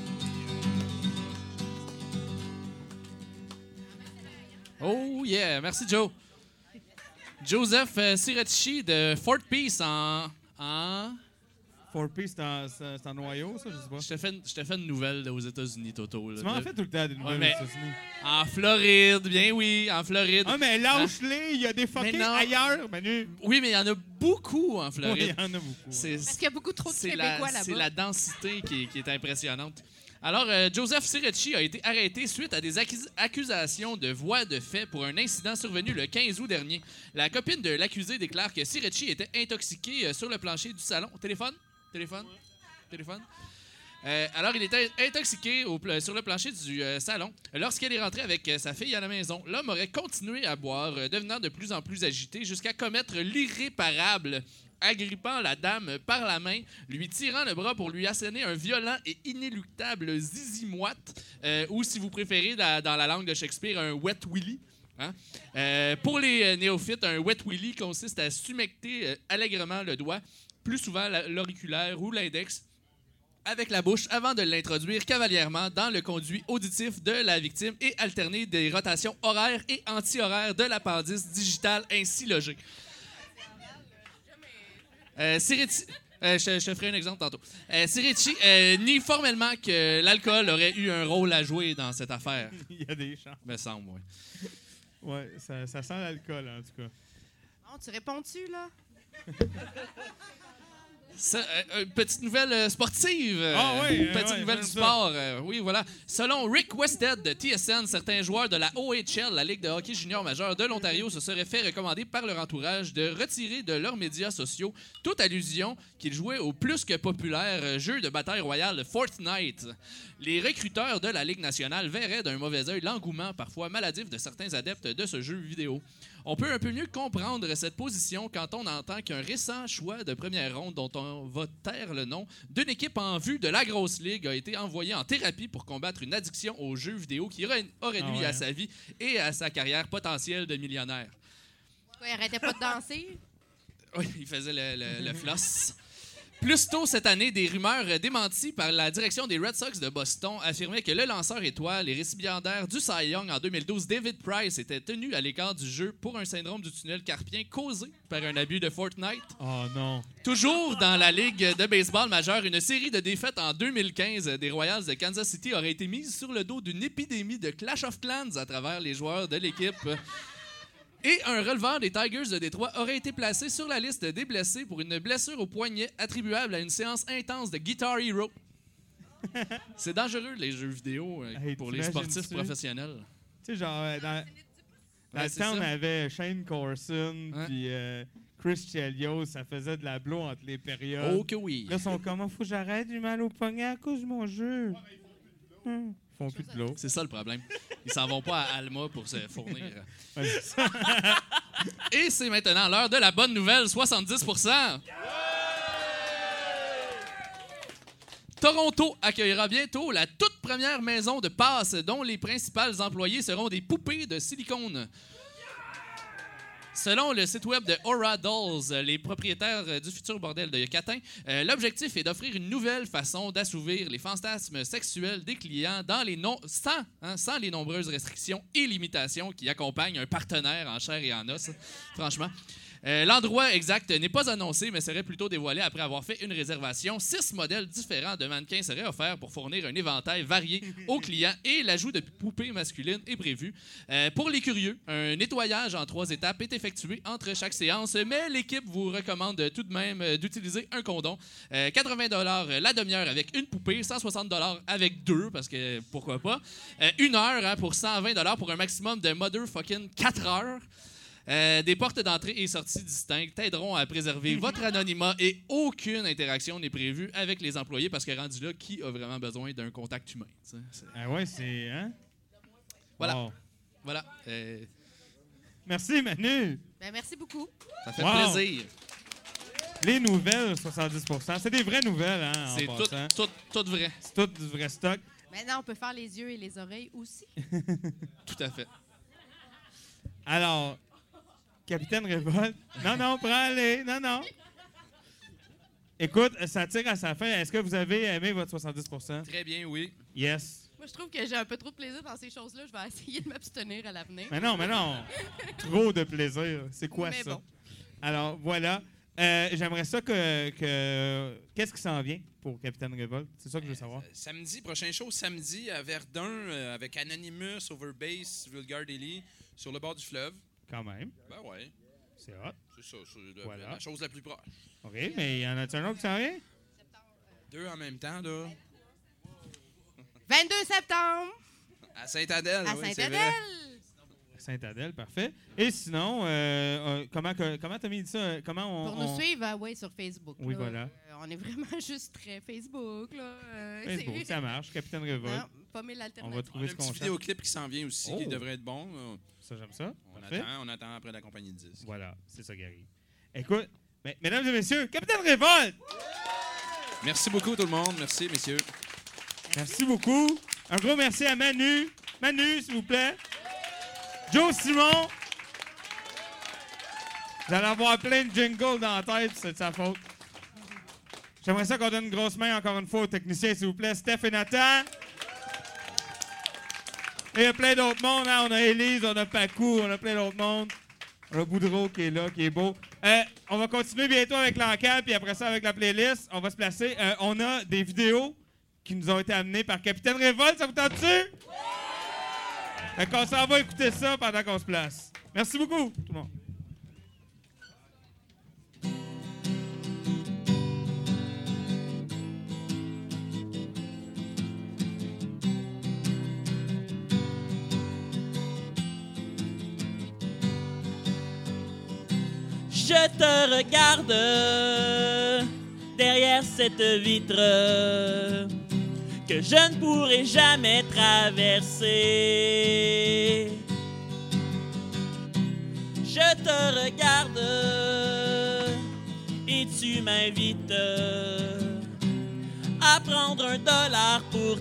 Oh yeah, merci Joe. Joseph euh, Sirecci de Fort Peace en... en... Fort Peace, c'est en, c'est c'est en Ohio, ça, je sais pas. Je te fais, je te fais une nouvelle aux États-Unis, Toto. Là. Tu m'en fais tout le temps des nouvelles Ouais, mais aux États-Unis. En Floride, bien oui, en Floride. Ah, mais lâche-les, il y a des Mais fuckers non. ailleurs, Manu. Oui, mais il y en a beaucoup en Floride. Oui, il y en a beaucoup. C'est- Parce qu'il y a beaucoup trop de c'est Québécois la, là-bas. C'est la densité qui est, qui est impressionnante. Alors, euh, Joseph Sirecci a été arrêté suite à des accus- accusations de voies de fait pour un incident survenu le quinze août dernier. La copine de l'accusé déclare que Sirecci était intoxiqué euh, sur le plancher du salon. Téléphone? Téléphone? Téléphone? Euh, alors, il était intoxiqué au pla- sur le plancher du euh, salon. Lorsqu'elle est rentrée avec euh, sa fille à la maison, l'homme aurait continué à boire, euh, devenant de plus en plus agité jusqu'à commettre l'irréparable, agrippant la dame par la main, lui tirant le bras pour lui asséner un violent et inéluctable zizi-moite, euh, ou si vous préférez, la- dans la langue de Shakespeare, un wet willy. Hein? Euh, pour les euh, néophytes, un wet willy consiste à sumecter euh, allègrement le doigt, plus souvent la- l'auriculaire ou l'index, avec la bouche avant de l'introduire cavalièrement dans le conduit auditif de la victime et alterner des rotations horaires et anti-horaires de l'appendice digital ainsi logé. Euh, Sirecci- euh, je, je te ferai un exemple tantôt. Euh, Sirecci euh, nie formellement que l'alcool aurait eu un rôle à jouer dans cette affaire. Il y a des chances. Me semble, oui. Ouais, ça, ça sent l'alcool, en tout cas. Bon, tu réponds-tu, là? Ça, euh, une petite nouvelle euh, sportive. euh, Ah oui, une euh, petite ouais, nouvelle j'aime du ça. sport. euh, oui, voilà. Selon Rick Westhead de T S N, certains joueurs de la O H L, la Ligue de hockey junior majeur de l'Ontario, se seraient fait recommander par leur entourage de retirer de leurs médias sociaux toute allusion qu'ils jouaient au plus que populaire euh, jeu de bataille royale Fortnite. Les recruteurs de la Ligue nationale verraient d'un mauvais œil l'engouement parfois maladif de certains adeptes de ce jeu vidéo. On peut un peu mieux comprendre cette position quand on entend qu'un récent choix de première ronde, dont on va taire le nom, d'une équipe en vue de la grosse ligue a été envoyé en thérapie pour combattre une addiction aux jeux vidéo qui aurait, aurait Ah nuit ouais. à sa vie et à sa carrière potentielle de millionnaire. Quoi, il arrêtait pas de danser? Oui, il faisait le, le- le floss. Plus tôt cette année, des rumeurs démenties par la direction des Red Sox de Boston affirmaient que le lanceur étoile et récipiendaire du Cy Young en deux mille douze, David Price, était tenu à l'écart du jeu pour un syndrome du tunnel carpien causé par un abus de Fortnite. Oh non. Toujours dans la Ligue de baseball majeure, une série de défaites en deux mille quinze des Royals de Kansas City aurait été mise sur le dos d'une épidémie de Clash of Clans à travers les joueurs de l'équipe. Et un releveur des Tigers de Détroit aurait été placé sur la liste des blessés pour une blessure au poignet attribuable à une séance intense de Guitar Hero. C'est dangereux, les jeux vidéo, euh, Hey, pour les t'imagines-tu? sportifs professionnels. Tu sais, genre, euh, dans, dans Ouais, le c'est temps, on ça. avait Shane Corson, puis euh, Chris Chelios, ça faisait de la blow entre les périodes. Oh que oui. Là, ils sont comme, faut que j'arrête du mal au poignet à cause de mon jeu. Hum, Ils font plus de blow. C'est ça le problème. Ils s'en vont pas à Alma pour se fournir. Ouais, c'est ça. Et c'est maintenant l'heure de la bonne nouvelle, soixante-dix pour cent. Toronto accueillera bientôt la toute première maison de passe dont les principales employés seront des poupées de silicone. Selon le site web de Aura Dolls, les propriétaires du futur bordel de Catin, euh, l'objectif est d'offrir une nouvelle façon d'assouvir les fantasmes sexuels des clients dans les non- sans, hein, sans les nombreuses restrictions et limitations qui accompagnent un partenaire en chair et en os, franchement. Euh, L'endroit exact n'est pas annoncé, mais serait plutôt dévoilé après avoir fait une réservation. Six modèles différents de mannequins seraient offerts pour fournir un éventail varié aux clients et l'ajout de poupées masculines est prévu. Euh, pour les curieux, un nettoyage en trois étapes est effectué entre chaque séance, mais l'équipe vous recommande tout de même euh, d'utiliser un condom. Euh, quatre-vingts dollars la demi-heure avec une poupée, cent soixante dollars avec deux, parce que pourquoi pas. Euh, une heure hein, pour cent vingt dollars pour un maximum de motherfucking quatre heures. Euh, des portes d'entrée et sortie distinctes t'aideront à préserver votre anonymat et aucune interaction n'est prévue avec les employés parce que rendu là, qui a vraiment besoin d'un contact humain? t'sais? C'est- Ah ouais, c'est... Hein? Voilà. Wow. Voilà. Euh, Merci, Manu. Ben, merci beaucoup. ça fait Wow. plaisir. Les nouvelles, soixante-dix pour cent. C'est des vraies nouvelles, hein, en C'est passant. tout, tout, tout vrai. C'est tout du vrai stock. Maintenant, on peut faire les yeux et les oreilles aussi. Tout à fait. Alors, Capitaine Révolte. Non, non, prends-les. Non, non. Écoute, ça tire à sa fin. Est-ce que vous avez aimé votre soixante-dix pour cent? Très bien, oui. Yes. Moi, je trouve que j'ai un peu trop de plaisir dans ces choses-là. Je vais essayer de m'abstenir à l'avenir. Mais non, mais non. Trop de plaisir. C'est quoi Mais ça? bon. Alors, voilà. Euh, J'aimerais ça que... que... Qu'est-ce qui s'en vient pour Capitaine Révolte? C'est ça que je veux savoir. Euh, samedi, prochain show, samedi à Verdun, euh, avec Anonymous, Overbass, Vulgar Daily, sur le bord du fleuve. Quand même. Ben ouais. C'est hot. C'est ça, c'est le- Voilà. la chose la plus proche. OK, mais y en a-tu un autre qui s'en vient? Deux en même temps, là. vingt-deux septembre, À Sainte-Adèle, à oui, c'est Sainte-Adèle. vrai. Sainte-Adèle, parfait. Et sinon, euh, euh, comment que- comment t'as mis ça? Comment on... Pour nous on- suivre, ah ouais, sur Facebook. Oui, là. voilà. Euh, on est vraiment juste très Facebook. Là. Euh, Facebook, c'est- ça marche. Capitaine Révolte. Non, pas mille alternatives. On va trouver On a ce un qu'on petit cherche. vidéoclip qui s'en vient aussi, qui Oh. devrait être bon. là. Ça, j'aime ça. On Parfait. attend, on attend après la compagnie de disques. Voilà, c'est ça qui arrive. Écoute, mais- mesdames et messieurs, Capitaine Révolte! Merci beaucoup, tout le monde. Merci, messieurs. Merci beaucoup. Un gros merci à Manu. Manu, s'il vous plaît. Joe Simon. Vous allez avoir plein de jingles dans la tête, c'est de sa faute. J'aimerais ça qu'on donne une grosse main encore une fois aux techniciens, s'il vous plaît. Steph et Nathan. Et il y a plein d'autres mondes. Hein? On a Élise, on a Pacou, on a plein d'autres mondes. On a Boudreau qui est là, qui est beau. Euh, on va continuer bientôt avec l'enquête, puis après ça avec la playlist. On va se placer. Euh, on a des vidéos qui nous ont été amenées par Capitaine Révolte. Ça vous tente-tu? Fait qu'on s'en va écouter ça pendant qu'on se place. Merci beaucoup, tout le monde. Je te regarde derrière cette vitre que je ne pourrai jamais traverser. Je te regarde et tu m'invites à prendre un dollar pour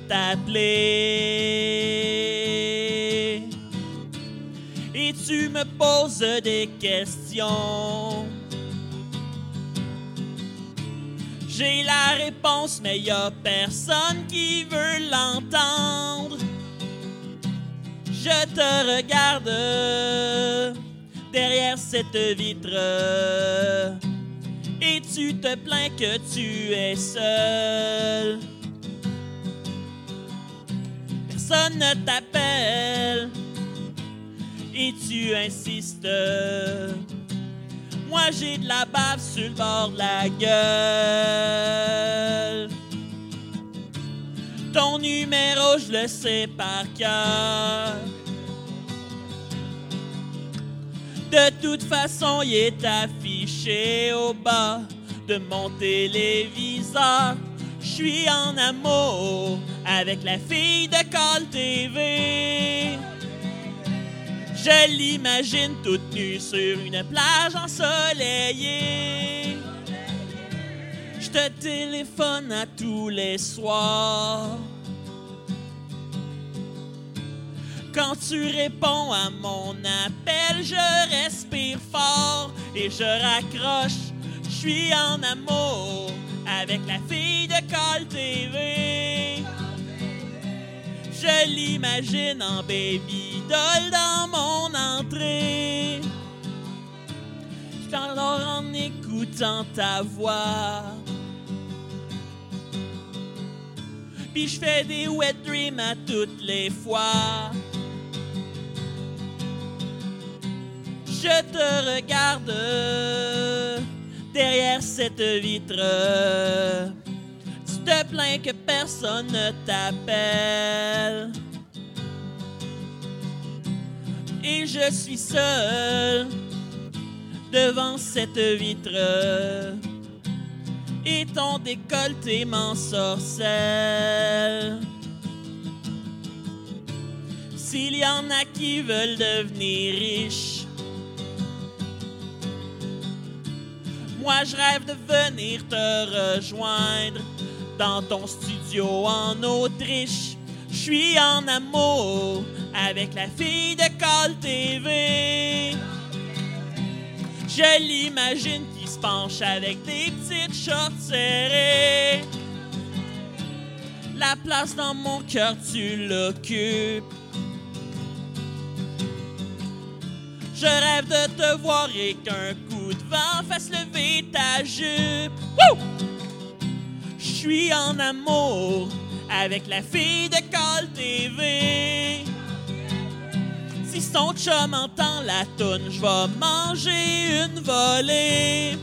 t'appeler. Et tu me poses des questions. J'ai la réponse, mais y a personne qui veut l'entendre. Je te regarde derrière cette vitre et tu te plains que tu es seul. Personne ne t'appelle et tu insistes. Moi j'ai de la bave sur le bord de la gueule. Ton numéro je le sais par cœur. De toute façon il est affiché au bas de mon téléviseur. Je suis en amour avec la fille de Call T V. Je l'imagine toute nue sur une plage ensoleillée. Je te téléphone à tous les soirs. Quand tu réponds à mon appel, je respire fort et je raccroche. Je suis en amour avec la fille de Call T V. Je l'imagine en baby doll dans mon entrée. Je t'endors en écoutant ta voix. Puis je fais des wet dreams à toutes les fois. Je te regarde derrière cette vitre. Tu te plains que personne ne t'appelle. Et je suis seul devant cette vitre. Et ton décolleté m'ensorcelle. S'il y en a qui veulent devenir riches, Moi, je rêve de venir te rejoindre dans ton studio en Autriche. Je suis en amour avec la fille de Call T V. Je l'imagine qui se penche avec des petites shorts serrées. La place dans mon cœur, tu l'occupes. Je rêve de te voir et qu'un coup de vent fasse lever ta jupe. Wouh! Je suis en amour avec la fille de Call T V. Si son chum entend la toune, je vais manger une volée.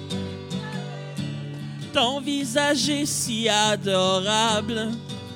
Ton visage est si adorable.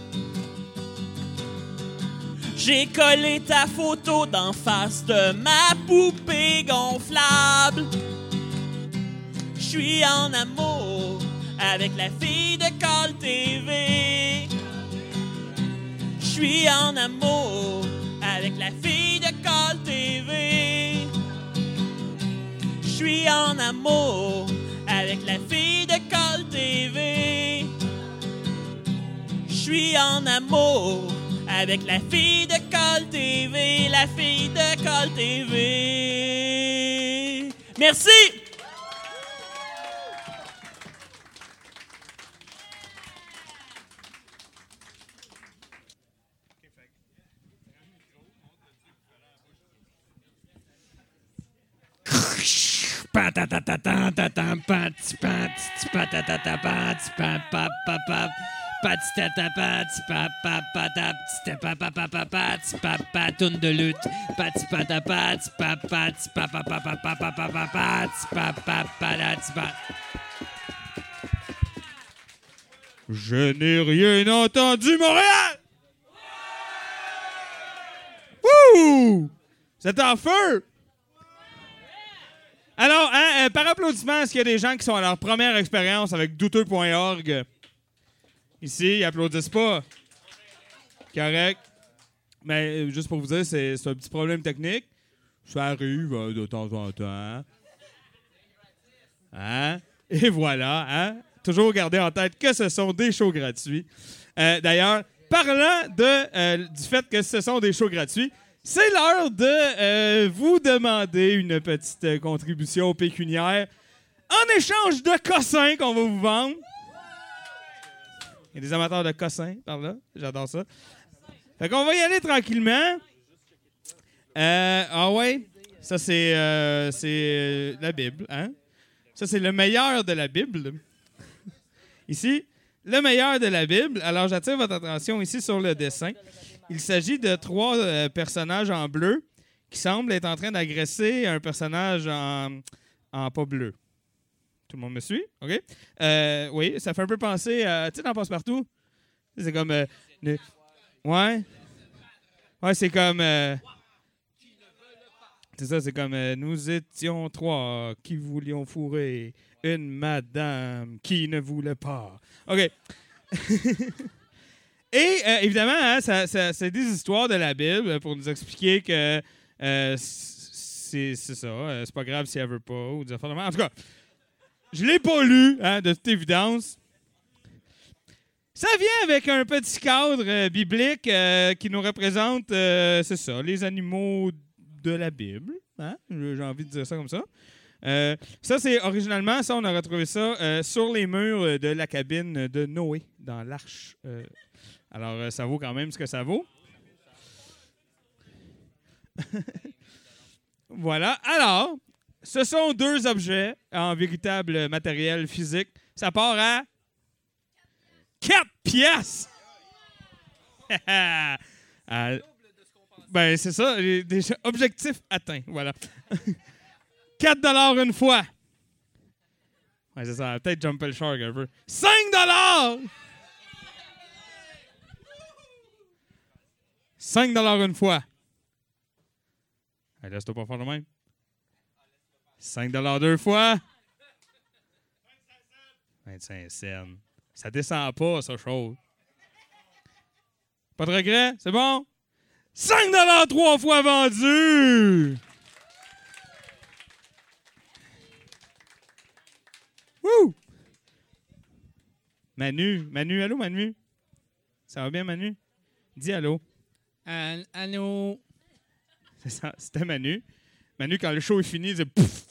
J'ai collé ta photo d'en face de ma poupée gonflable. Je suis en amour avec la fille de Call T V. Je suis en amour avec la fille de Call T V. Je suis en amour avec la fille de Call T V. Je suis en amour avec la fille de Call T V, la fille de Call T V. Merci! Tourne de lutte. Je n'ai rien entendu, Montréal! Wouh! C'est en feu! Alors, hein, euh, par applaudissement, est-ce qu'il y a des gens qui sont à leur première expérience avec douteux point org? Ici, ils applaudissent pas. Correct. Mais euh, juste pour vous dire, c'est, c'est un petit problème technique. Ça arrive euh, de temps en temps. Hein? Et voilà, hein? Toujours garder en tête que ce sont des shows gratuits. Euh, d'ailleurs, parlant de, euh, du fait que ce sont des shows gratuits, c'est l'heure de euh, vous demander une petite contribution pécuniaire en échange de cossins qu'on va vous vendre. Il y a des amateurs de cossins par là. J'adore ça. Fait qu'on va y aller tranquillement. Euh, ah ouais, ça c'est, euh, c'est la Bible, hein? Ça c'est le meilleur de la Bible. Ici, le meilleur de la Bible. Alors j'attire votre attention ici sur le dessin. Il s'agit de trois euh, personnages en bleu qui semblent être en train d'agresser un personnage en, en pas bleu. Tout le monde me suit? OK? Euh, oui, ça fait un peu penser à... Tu sais, dans Passe-Partout? C'est comme... Euh, le, ouais? Ouais, c'est comme... Euh, c'est ça, c'est comme... Euh, nous étions trois qui voulions fourrer une madame qui ne voulait pas. OK. Et euh, évidemment, hein, ça, ça, c'est des histoires de la Bible pour nous expliquer que euh, c'est, c'est ça. Euh, c'est pas grave si elle veut pas. Ou des affaires de même. En tout cas, je l'ai pas lu, hein, de toute évidence. Ça vient avec un petit cadre euh, biblique euh, qui nous représente, euh, c'est ça, les animaux de la Bible. Hein? J'ai envie de dire ça comme ça. Euh, ça, c'est originalement, ça, on a retrouvé ça euh, sur les murs de la cabine de Noé, dans l'arche. Euh, alors, euh, ça vaut quand même ce que ça vaut. Voilà. Alors, ce sont deux objets en véritable matériel physique. Ça part à quatre piastres! euh, ben, c'est ça. Déjà, objectif atteint. Voilà. quatre dollars une fois. Ouais, c'est ça. Peut-être jumper le shark un peu. cinq dollars! cinq dollars une fois. Hey, laisse-toi pas faire le même. cinq dollars deux fois. vingt-cinq cents. Ça descend pas, ça, chose. Pas de regret? C'est bon? cinq dollars trois fois vendu! Wouh! Manu, Manu, allô, Manu? Ça va bien, Manu? Dis allô. Al- allô? C'est ça, c'était Manu. Manu, quand le show est fini, il dit pouf!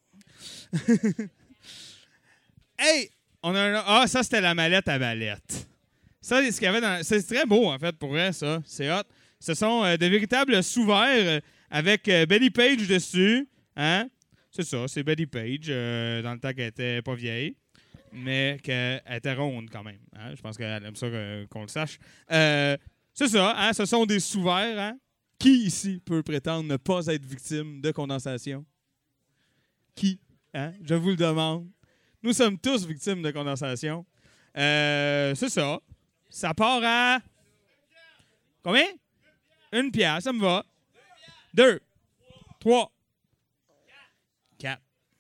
Hey! On a un... Ah, ça, c'était la mallette à mallette. Ça, c'est ce qu'il y avait dans... C'est très beau, en fait, pour vrai, ça. C'est hot. Ce sont euh, de véritables sous-verts euh, avec euh, Betty Page dessus. Hein? C'est ça, c'est Betty Page, euh, dans le temps qu'elle était pas vieille, mais qu'elle était ronde quand même. Hein? Je pense qu'elle aime ça euh, qu'on le sache. Euh, c'est ça, hein? Ce sont des sous-verts. Hein? Qui ici peut prétendre ne pas être victime de condensation? Qui? Hein? Je vous le demande. Nous sommes tous victimes de condensation. Euh, c'est ça. Ça part à... Combien? Une pièce, ça me va. Deux. Trois. Quatre.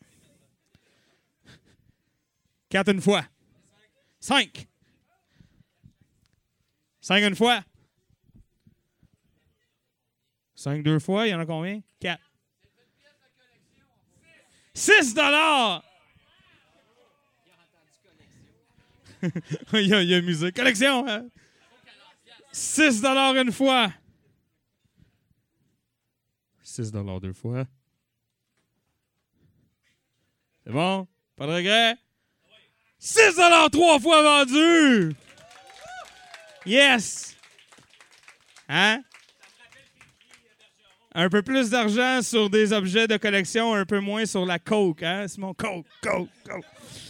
Quatre une fois. Cinq. Cinq une fois. Cinq deux fois, il y en a combien? Quatre. Six dollars! il, y a, il y a musique. Collection! Hein? six dollars une fois. six dollars deux fois. C'est bon? Pas de regret? six dollars trois fois vendu! Yes! Hein? Un peu plus d'argent sur des objets de collection, un peu moins sur la coke, hein? C'est mon coke, coke, coke.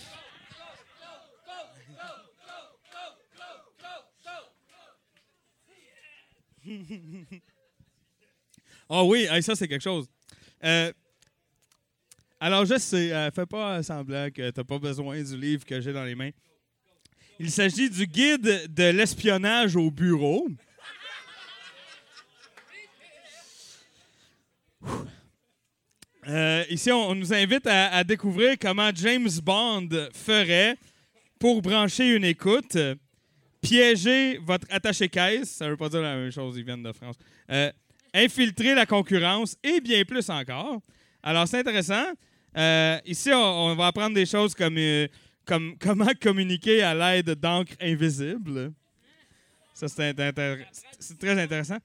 Ah oui, hey, ça c'est quelque chose. Euh, alors je sais, euh, fais pas semblant que t'as pas besoin du livre que j'ai dans les mains. Il s'agit du guide de l'espionnage au bureau. Euh, ici, on, on nous invite à, à découvrir comment James Bond ferait pour brancher une écoute, piéger votre attaché-caisse, ça veut pas dire la même chose, ils viennent de France, euh, infiltrer la concurrence et bien plus encore. Alors, c'est intéressant. Euh, ici, on, on va apprendre des choses comme, euh, comme comment communiquer à l'aide d'encre invisible. Ça, c'est, intér- c'est très intéressant.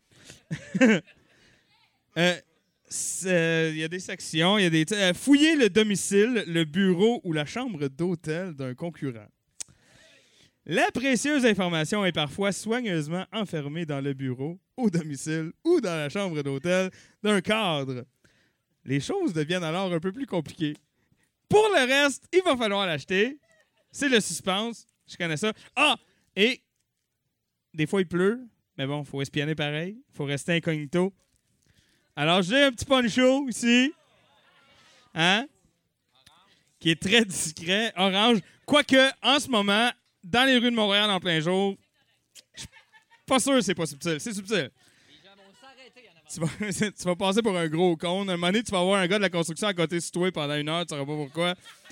euh, Il euh, y a des sections, il y a des... Euh, fouiller le domicile, le bureau ou la chambre d'hôtel d'un concurrent. La précieuse information est parfois soigneusement enfermée dans le bureau, au domicile ou dans la chambre d'hôtel d'un cadre. Les choses deviennent alors un peu plus compliquées. Pour le reste, il va falloir l'acheter. C'est le suspense. Je connais ça. Ah! Et des fois, il pleut. Mais bon, il faut espionner pareil. Il faut rester incognito. Alors, j'ai un petit poncho ici. Hein? Qui est très discret. Orange. Quoique, en ce moment, dans les rues de Montréal en plein jour, je suis pas sûr que c'est pas subtil. C'est subtil. Tu vas, tu vas passer pour un gros con. À un moment donné, tu vas avoir un gars de la construction à côté de toi pendant une heure. Tu ne sauras pas pourquoi.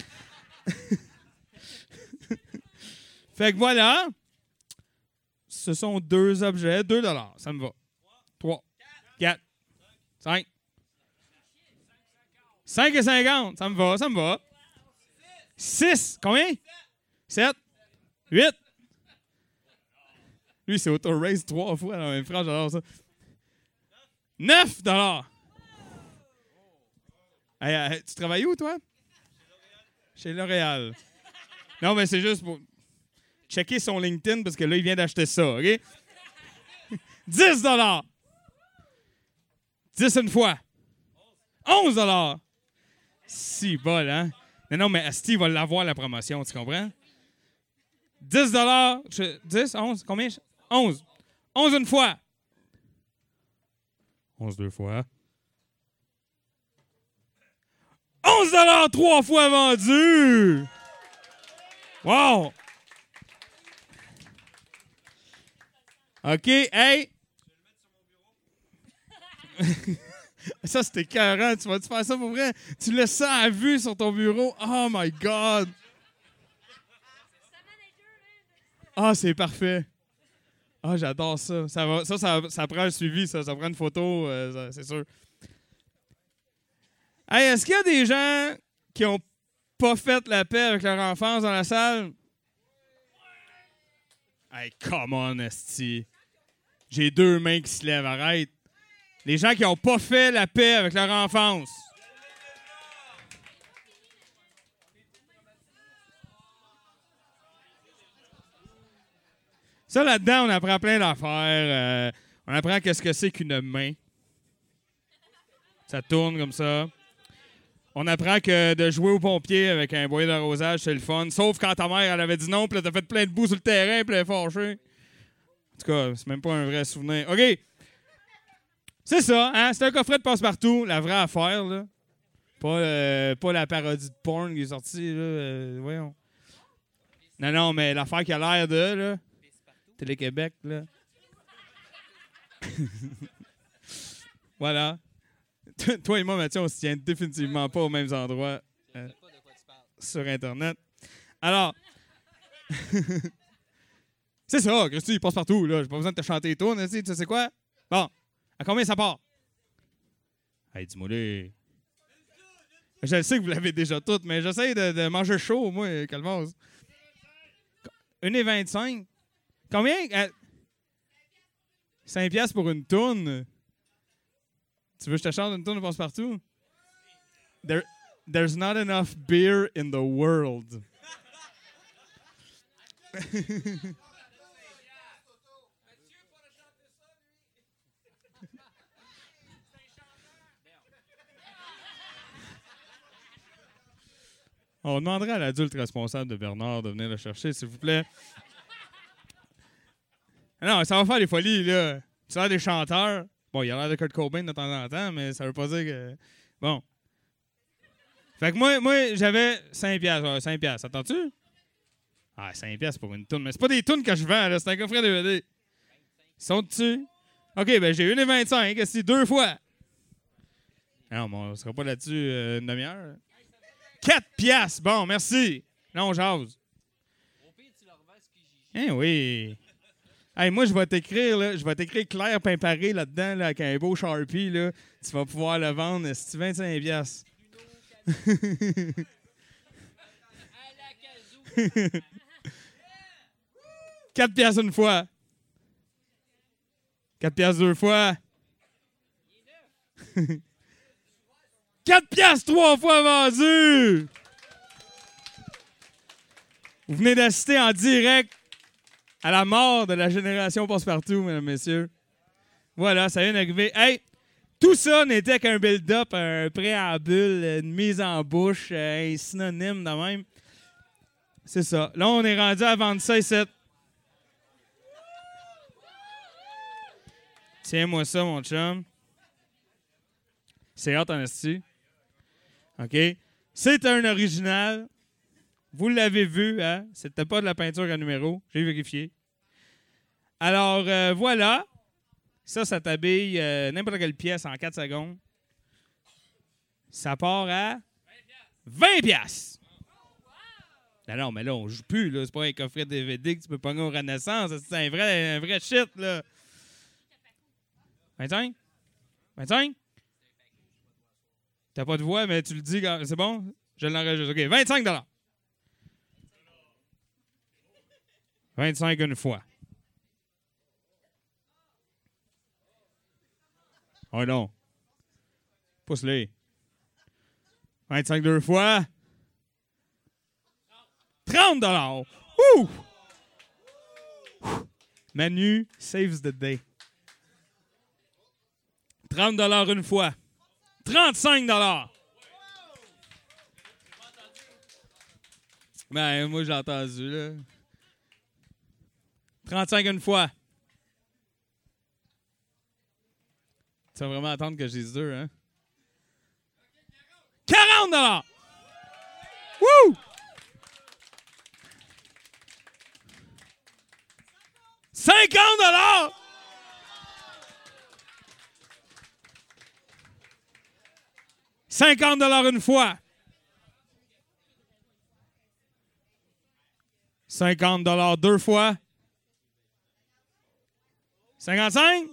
Fait que voilà. Ce sont deux objets. deux dollars. Ça me va. trois, quatre, cinq. cinq et cinquante. Ça me va. Ça me va. six. Combien? sept. huit. Lui, c'est auto-raise trois fois dans la même phrase. J'adore ça. neuf dollars. Hey, hey, tu travailles où, toi? Chez L'Oréal. Non, mais c'est juste pour checker son LinkedIn parce que là, il vient d'acheter ça, OK? dix dollars. dix une fois. onze dollars. Si bol, hein? Non, non, mais Asti va l'avoir, la promotion, tu comprends? dix dollars. dix, onze, combien? onze. onze une fois. onze deux fois. onze dollars trois fois vendu! Wow! OK, hey! Ça, c'était écœurant. Tu vas-tu faire ça pour vrai? Tu laisses ça à vue sur ton bureau? Oh my God! Ah, c'est parfait. Ah, j'adore ça. Ça, va, ça, ça, ça prend un suivi, ça. Ça prend une photo, euh, ça, c'est sûr. Hey, est-ce qu'il y a des gens qui ont pas fait la paix avec leur enfance dans la salle? Hey, come on, esti. J'ai deux mains qui se lèvent, arrête. Les gens qui n'ont pas fait la paix avec leur enfance. Ça, là-dedans, on apprend plein d'affaires. Euh, on apprend qu'est-ce que c'est qu'une main. Ça tourne comme ça. On apprend que de jouer au pompier avec un boyer d'arrosage, c'est le fun. Sauf quand ta mère, elle avait dit non, puis là, t'as fait plein de boue sur le terrain, puis elle est fâchée. En tout cas, c'est même pas un vrai souvenir. OK. C'est ça, hein? C'est un coffret de passe-partout. La vraie affaire, là. Pas, euh, pas la parodie de porn qui est sortie, là. Euh, voyons. Non, non, mais l'affaire qui a l'air de, là. Télé-Québec, là. Voilà. Toi et moi, Mathieu, on se tient définitivement pas aux mêmes endroits euh, sur Internet. Alors, c'est ça, Christy, il passe partout, là. J'ai pas besoin de te chanter les tunes, tu sais quoi? Bon, à combien ça part? Hey, dis-moi les. Je sais que vous l'avez déjà toutes, mais j'essaie de, de manger chaud, moi, calmos. une vingt-cinq. Combien? Euh, cinq piastres pour une toune. Tu veux que je te chante une toune de passe-partout? There, there's not enough beer in the world. On demanderait à l'adulte responsable de Bernard de venir le chercher, s'il vous plaît. Non, ça va faire des folies, là. Tu as des chanteurs. Bon, il y a l'air de Kurt Cobain de temps en temps, mais ça veut pas dire que... Bon. Fait que moi, moi j'avais cinq piastres. cinq piastres, attends-tu? Ah, cinq piastres pour une toune. Mais c'est pas des tounes que je vends, là. C'est un coffret D V D. Ils sont dessus. OK, ben j'ai une vingt-cinq. C'est deux fois. Non, mais on sera pas là-dessus euh, une demi-heure. quatre piastres. Bon, merci. Là, on jase. Hein, oui. Hey, moi, je vais t'écrire, là, je vais t'écrire Claire Pimparé là-dedans, là, avec un beau Sharpie, là. Tu vas pouvoir le vendre, c'est vingt-cinq piastres. quatre piastres une fois. quatre piastres deux fois. quatre piastres trois fois vendu. Vous venez d'assister en direct à la mort de la génération passe-partout, mesdames, messieurs. Voilà, ça vient d'arriver. Hey, tout ça n'était qu'un build-up, un préambule, une mise en bouche, un synonyme de même. C'est ça. Là, on est rendu à vendre ça ici. Tiens-moi ça, mon chum. C'est hot en esti. OK? C'est un original. Vous l'avez vu, hein? C'était pas de la peinture à numéro. J'ai vérifié. Alors, euh, voilà. Ça, ça t'habille euh, n'importe quelle pièce en quatre secondes. Ça part à vingt piastres. Non, non, mais là, on joue plus. Là. C'est pas un coffret D V D que tu peux pogner au Renaissance. C'est un vrai, un vrai shit, là. vingt-cinq? vingt-cinq? T'as pas de voix, mais tu le dis. Quand... C'est bon? Je l'enregistre. OK, vingt-cinq dollars. vingt-cinq une fois. Oh non. Pousse-les. vingt-cinq deux fois. trente dollars. Ouh! Manu saves the day. trente dollars une fois. trente-cinq dollars. Ben, moi, j'ai entendu, là. trente-cinq une fois. Tu vas vraiment attendre que je dise deux, hein? quarante dollars! Wouh! cinquante dollars! cinquante dollars une fois. cinquante dollars deux fois. cinquante-cinq?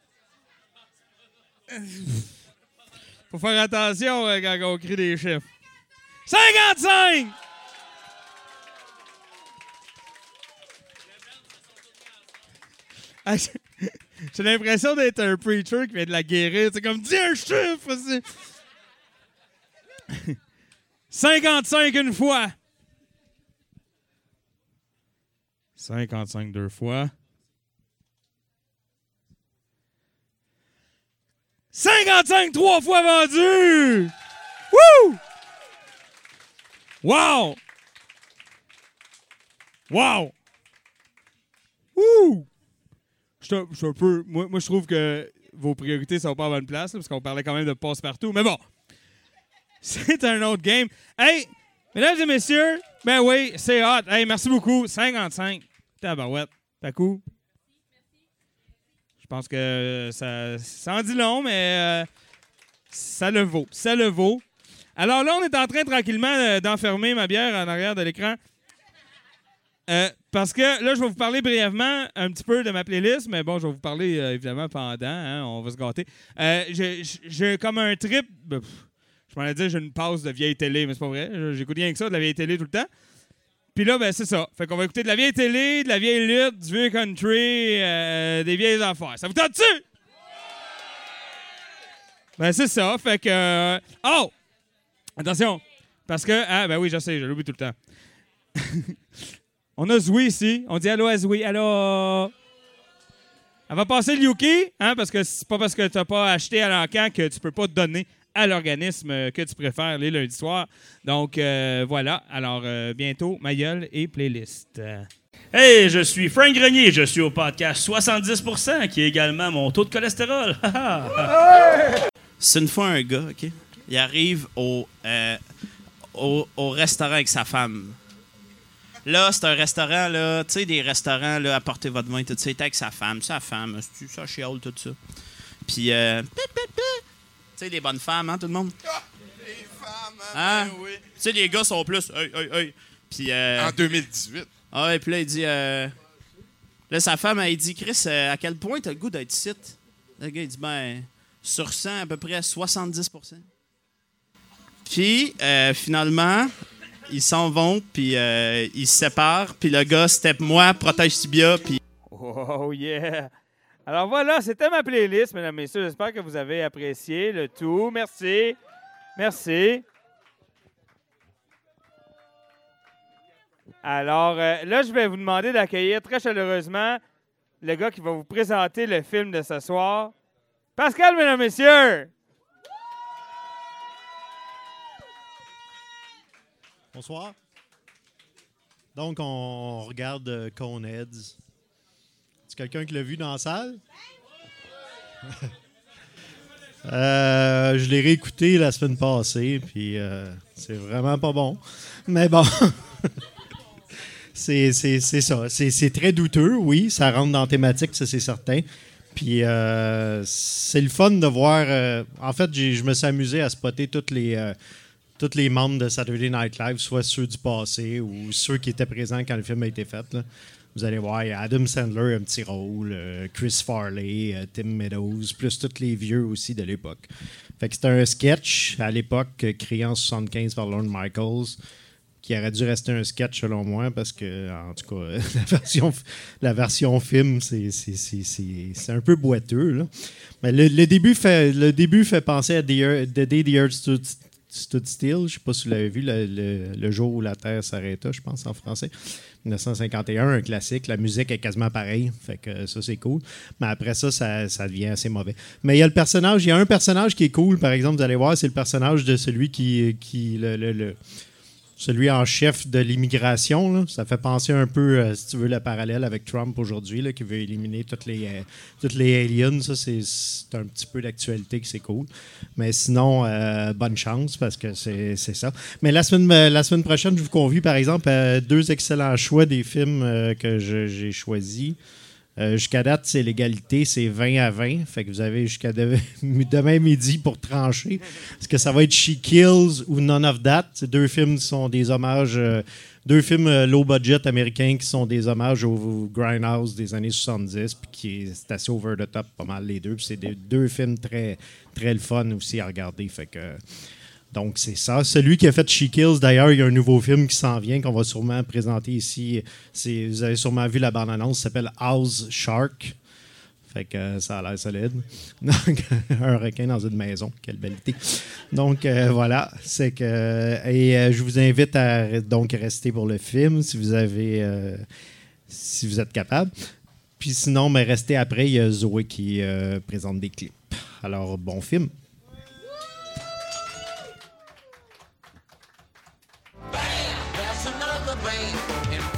Faut faire attention quand on crie des chiffres. cinquante-cinq! Ah, j'ai j'ai l'impression d'être un preacher qui vient de la guérir. C'est comme, dis un chiffre! c'est- cinquante-cinq une fois. cinquante-cinq deux fois. cinquante-cinq trois fois vendu! Wouh! Wow! Wow! Wouh! Je suis un- je suis un peu... Moi, moi, je trouve que vos priorités sont pas à bonne place, là, parce qu'on parlait quand même de passe-partout. Mais bon, c'est un autre game. Hey, mesdames et messieurs, ben oui, c'est hot. Hey, merci beaucoup. cinquante-cinq. Tabarouette. T'as coup? Je pense que ça, ça en dit long, mais euh, ça le vaut. Ça le vaut. Alors là, on est en train tranquillement euh, d'enfermer ma bière en arrière de l'écran. Euh, parce que là, je vais vous parler brièvement un petit peu de ma playlist, mais bon, je vais vous parler euh, évidemment pendant, hein, on va se gâter. Euh, j'ai, j'ai comme un trip, ben, pff, je m'en ai dit, j'ai une passe de vieille télé, mais c'est pas vrai. J'écoute rien que ça, de la vieille télé tout le temps. Puis là, ben c'est ça. Fait qu'on va écouter de la vieille télé, de la vieille lutte, du vieux country, euh, des vieilles affaires. Ça vous tente-tu? Ben c'est ça. Fait que... Euh, oh! Attention! Parce que... Ah, ben oui, je sais, je l'oublie tout le temps. On a Zoui ici. On dit allô à Zoui. Allô? Elle va passer le Yuki, hein, parce que c'est pas parce que t'as pas acheté à l'encan que tu peux pas te donner à l'organisme que tu préfères les lundis soirs. Donc, euh, voilà. Alors, euh, bientôt, ma gueule et playlist. Hey, je suis Frank Grenier. Je suis au podcast soixante-dix pour cent, qui est également mon taux de cholestérol. C'est une fois un gars, OK? Il arrive au, euh, au, au restaurant avec sa femme. Là, c'est un restaurant, là, tu sais, des restaurants, là, apportez votre vin, tout ça. Il était avec sa femme, sa femme, ça chiale, tout ça. Puis, euh, tu sais, des bonnes femmes, hein, tout le monde? Ah, les femmes, Hein? ben oui. Tu sais, les gars sont plus. Hey, hey, hey. Puis, euh, En deux mille dix-huit. Ah ouais, puis là, il dit. Euh, là, sa femme, elle dit, Chris, euh, à quel point t'as le goût d'être ici? Le gars, il dit, ben, sur cent, à peu près soixante-dix pour cent. Puis, euh, finalement, ils s'en vont, puis euh, ils se séparent, puis le gars, step moi, protège tibia, puis. Oh yeah! Alors voilà, c'était ma playlist, mesdames et messieurs. J'espère que vous avez apprécié le tout. Merci. Merci. Alors euh, là, je vais vous demander d'accueillir très chaleureusement le gars qui va vous présenter le film de ce soir. Pascal, mesdames et messieurs! Bonsoir. Donc, on regarde euh, Coneheads. C'est quelqu'un qui l'a vu dans la salle? euh, je l'ai réécouté la semaine passée, puis euh, c'est vraiment pas bon. Mais bon, c'est, c'est, c'est ça. C'est, c'est très douteux, oui. Ça rentre dans la thématique, ça c'est certain. Puis euh, c'est le fun de voir... Euh, en fait, j'ai, je me suis amusé à spotter toutes les... Euh, tous les membres de Saturday Night Live, soit ceux du passé ou ceux qui étaient présents quand le film a été fait. Là. Vous allez voir, il y a Adam Sandler, un petit rôle, euh, Chris Farley, euh, Tim Meadows, plus tous les vieux aussi de l'époque. Fait que c'était un sketch à l'époque euh, créé en soixante-quinze par Lorne Michaels, qui aurait dû rester un sketch selon moi, parce que, en tout cas, la version, la version film, c'est, c'est, c'est, c'est, c'est un peu boiteux. Là. Mais le, le, début fait, le début fait penser à The, Earth, The Day the Earth Stood Stood Still, je ne sais pas si vous l'avez vu, le, le, le jour où la Terre s'arrêta, je pense, en français. dix-neuf cent cinquante et un, un classique. La musique est quasiment pareille, fait que ça, c'est cool. Mais après ça, ça, ça devient assez mauvais. Mais il y a le personnage, il y a un personnage qui est cool, par exemple, vous allez voir, c'est le personnage de celui qui... qui le, le, le celui en chef de l'immigration. Là. Ça fait penser un peu, euh, si tu veux, le parallèle avec Trump aujourd'hui, là, qui veut éliminer toutes les, euh, toutes les aliens. Ça, c'est, c'est un petit peu d'actualité que c'est cool. Mais sinon, euh, bonne chance, parce que c'est, c'est ça. Mais la semaine, euh, la semaine prochaine, je vous convie, par exemple, à deux excellents choix des films euh, que je, j'ai choisis. Euh, jusqu'à date, c'est l'égalité, c'est vingt à vingt. Fait que vous avez jusqu'à de- demain midi pour trancher. Est-ce que ça va être She Kills ou None of That? Ces deux films sont des hommages, euh, deux films euh, low budget américains qui sont des hommages au, au Grindhouse des années soixante-dix, puis qui est, c'est assez over the top, pas mal les deux. Puis c'est des, deux films très, très le fun aussi à regarder. Fait que Donc, c'est ça. Celui qui a fait She Kills, d'ailleurs, il y a un nouveau film qui s'en vient, qu'on va sûrement présenter ici. C'est, vous avez sûrement vu la bande-annonce, ça s'appelle House Shark. Fait que euh, ça a l'air solide. Donc, un requin dans une maison. Quelle belle idée. Donc, euh, voilà. C'est que, et euh, je vous invite à donc rester pour le film si vous avez... Euh, si vous êtes capable. Puis sinon, mais restez après, il y a Zoé qui euh, présente des clips. Alors, bon film. There's another brain in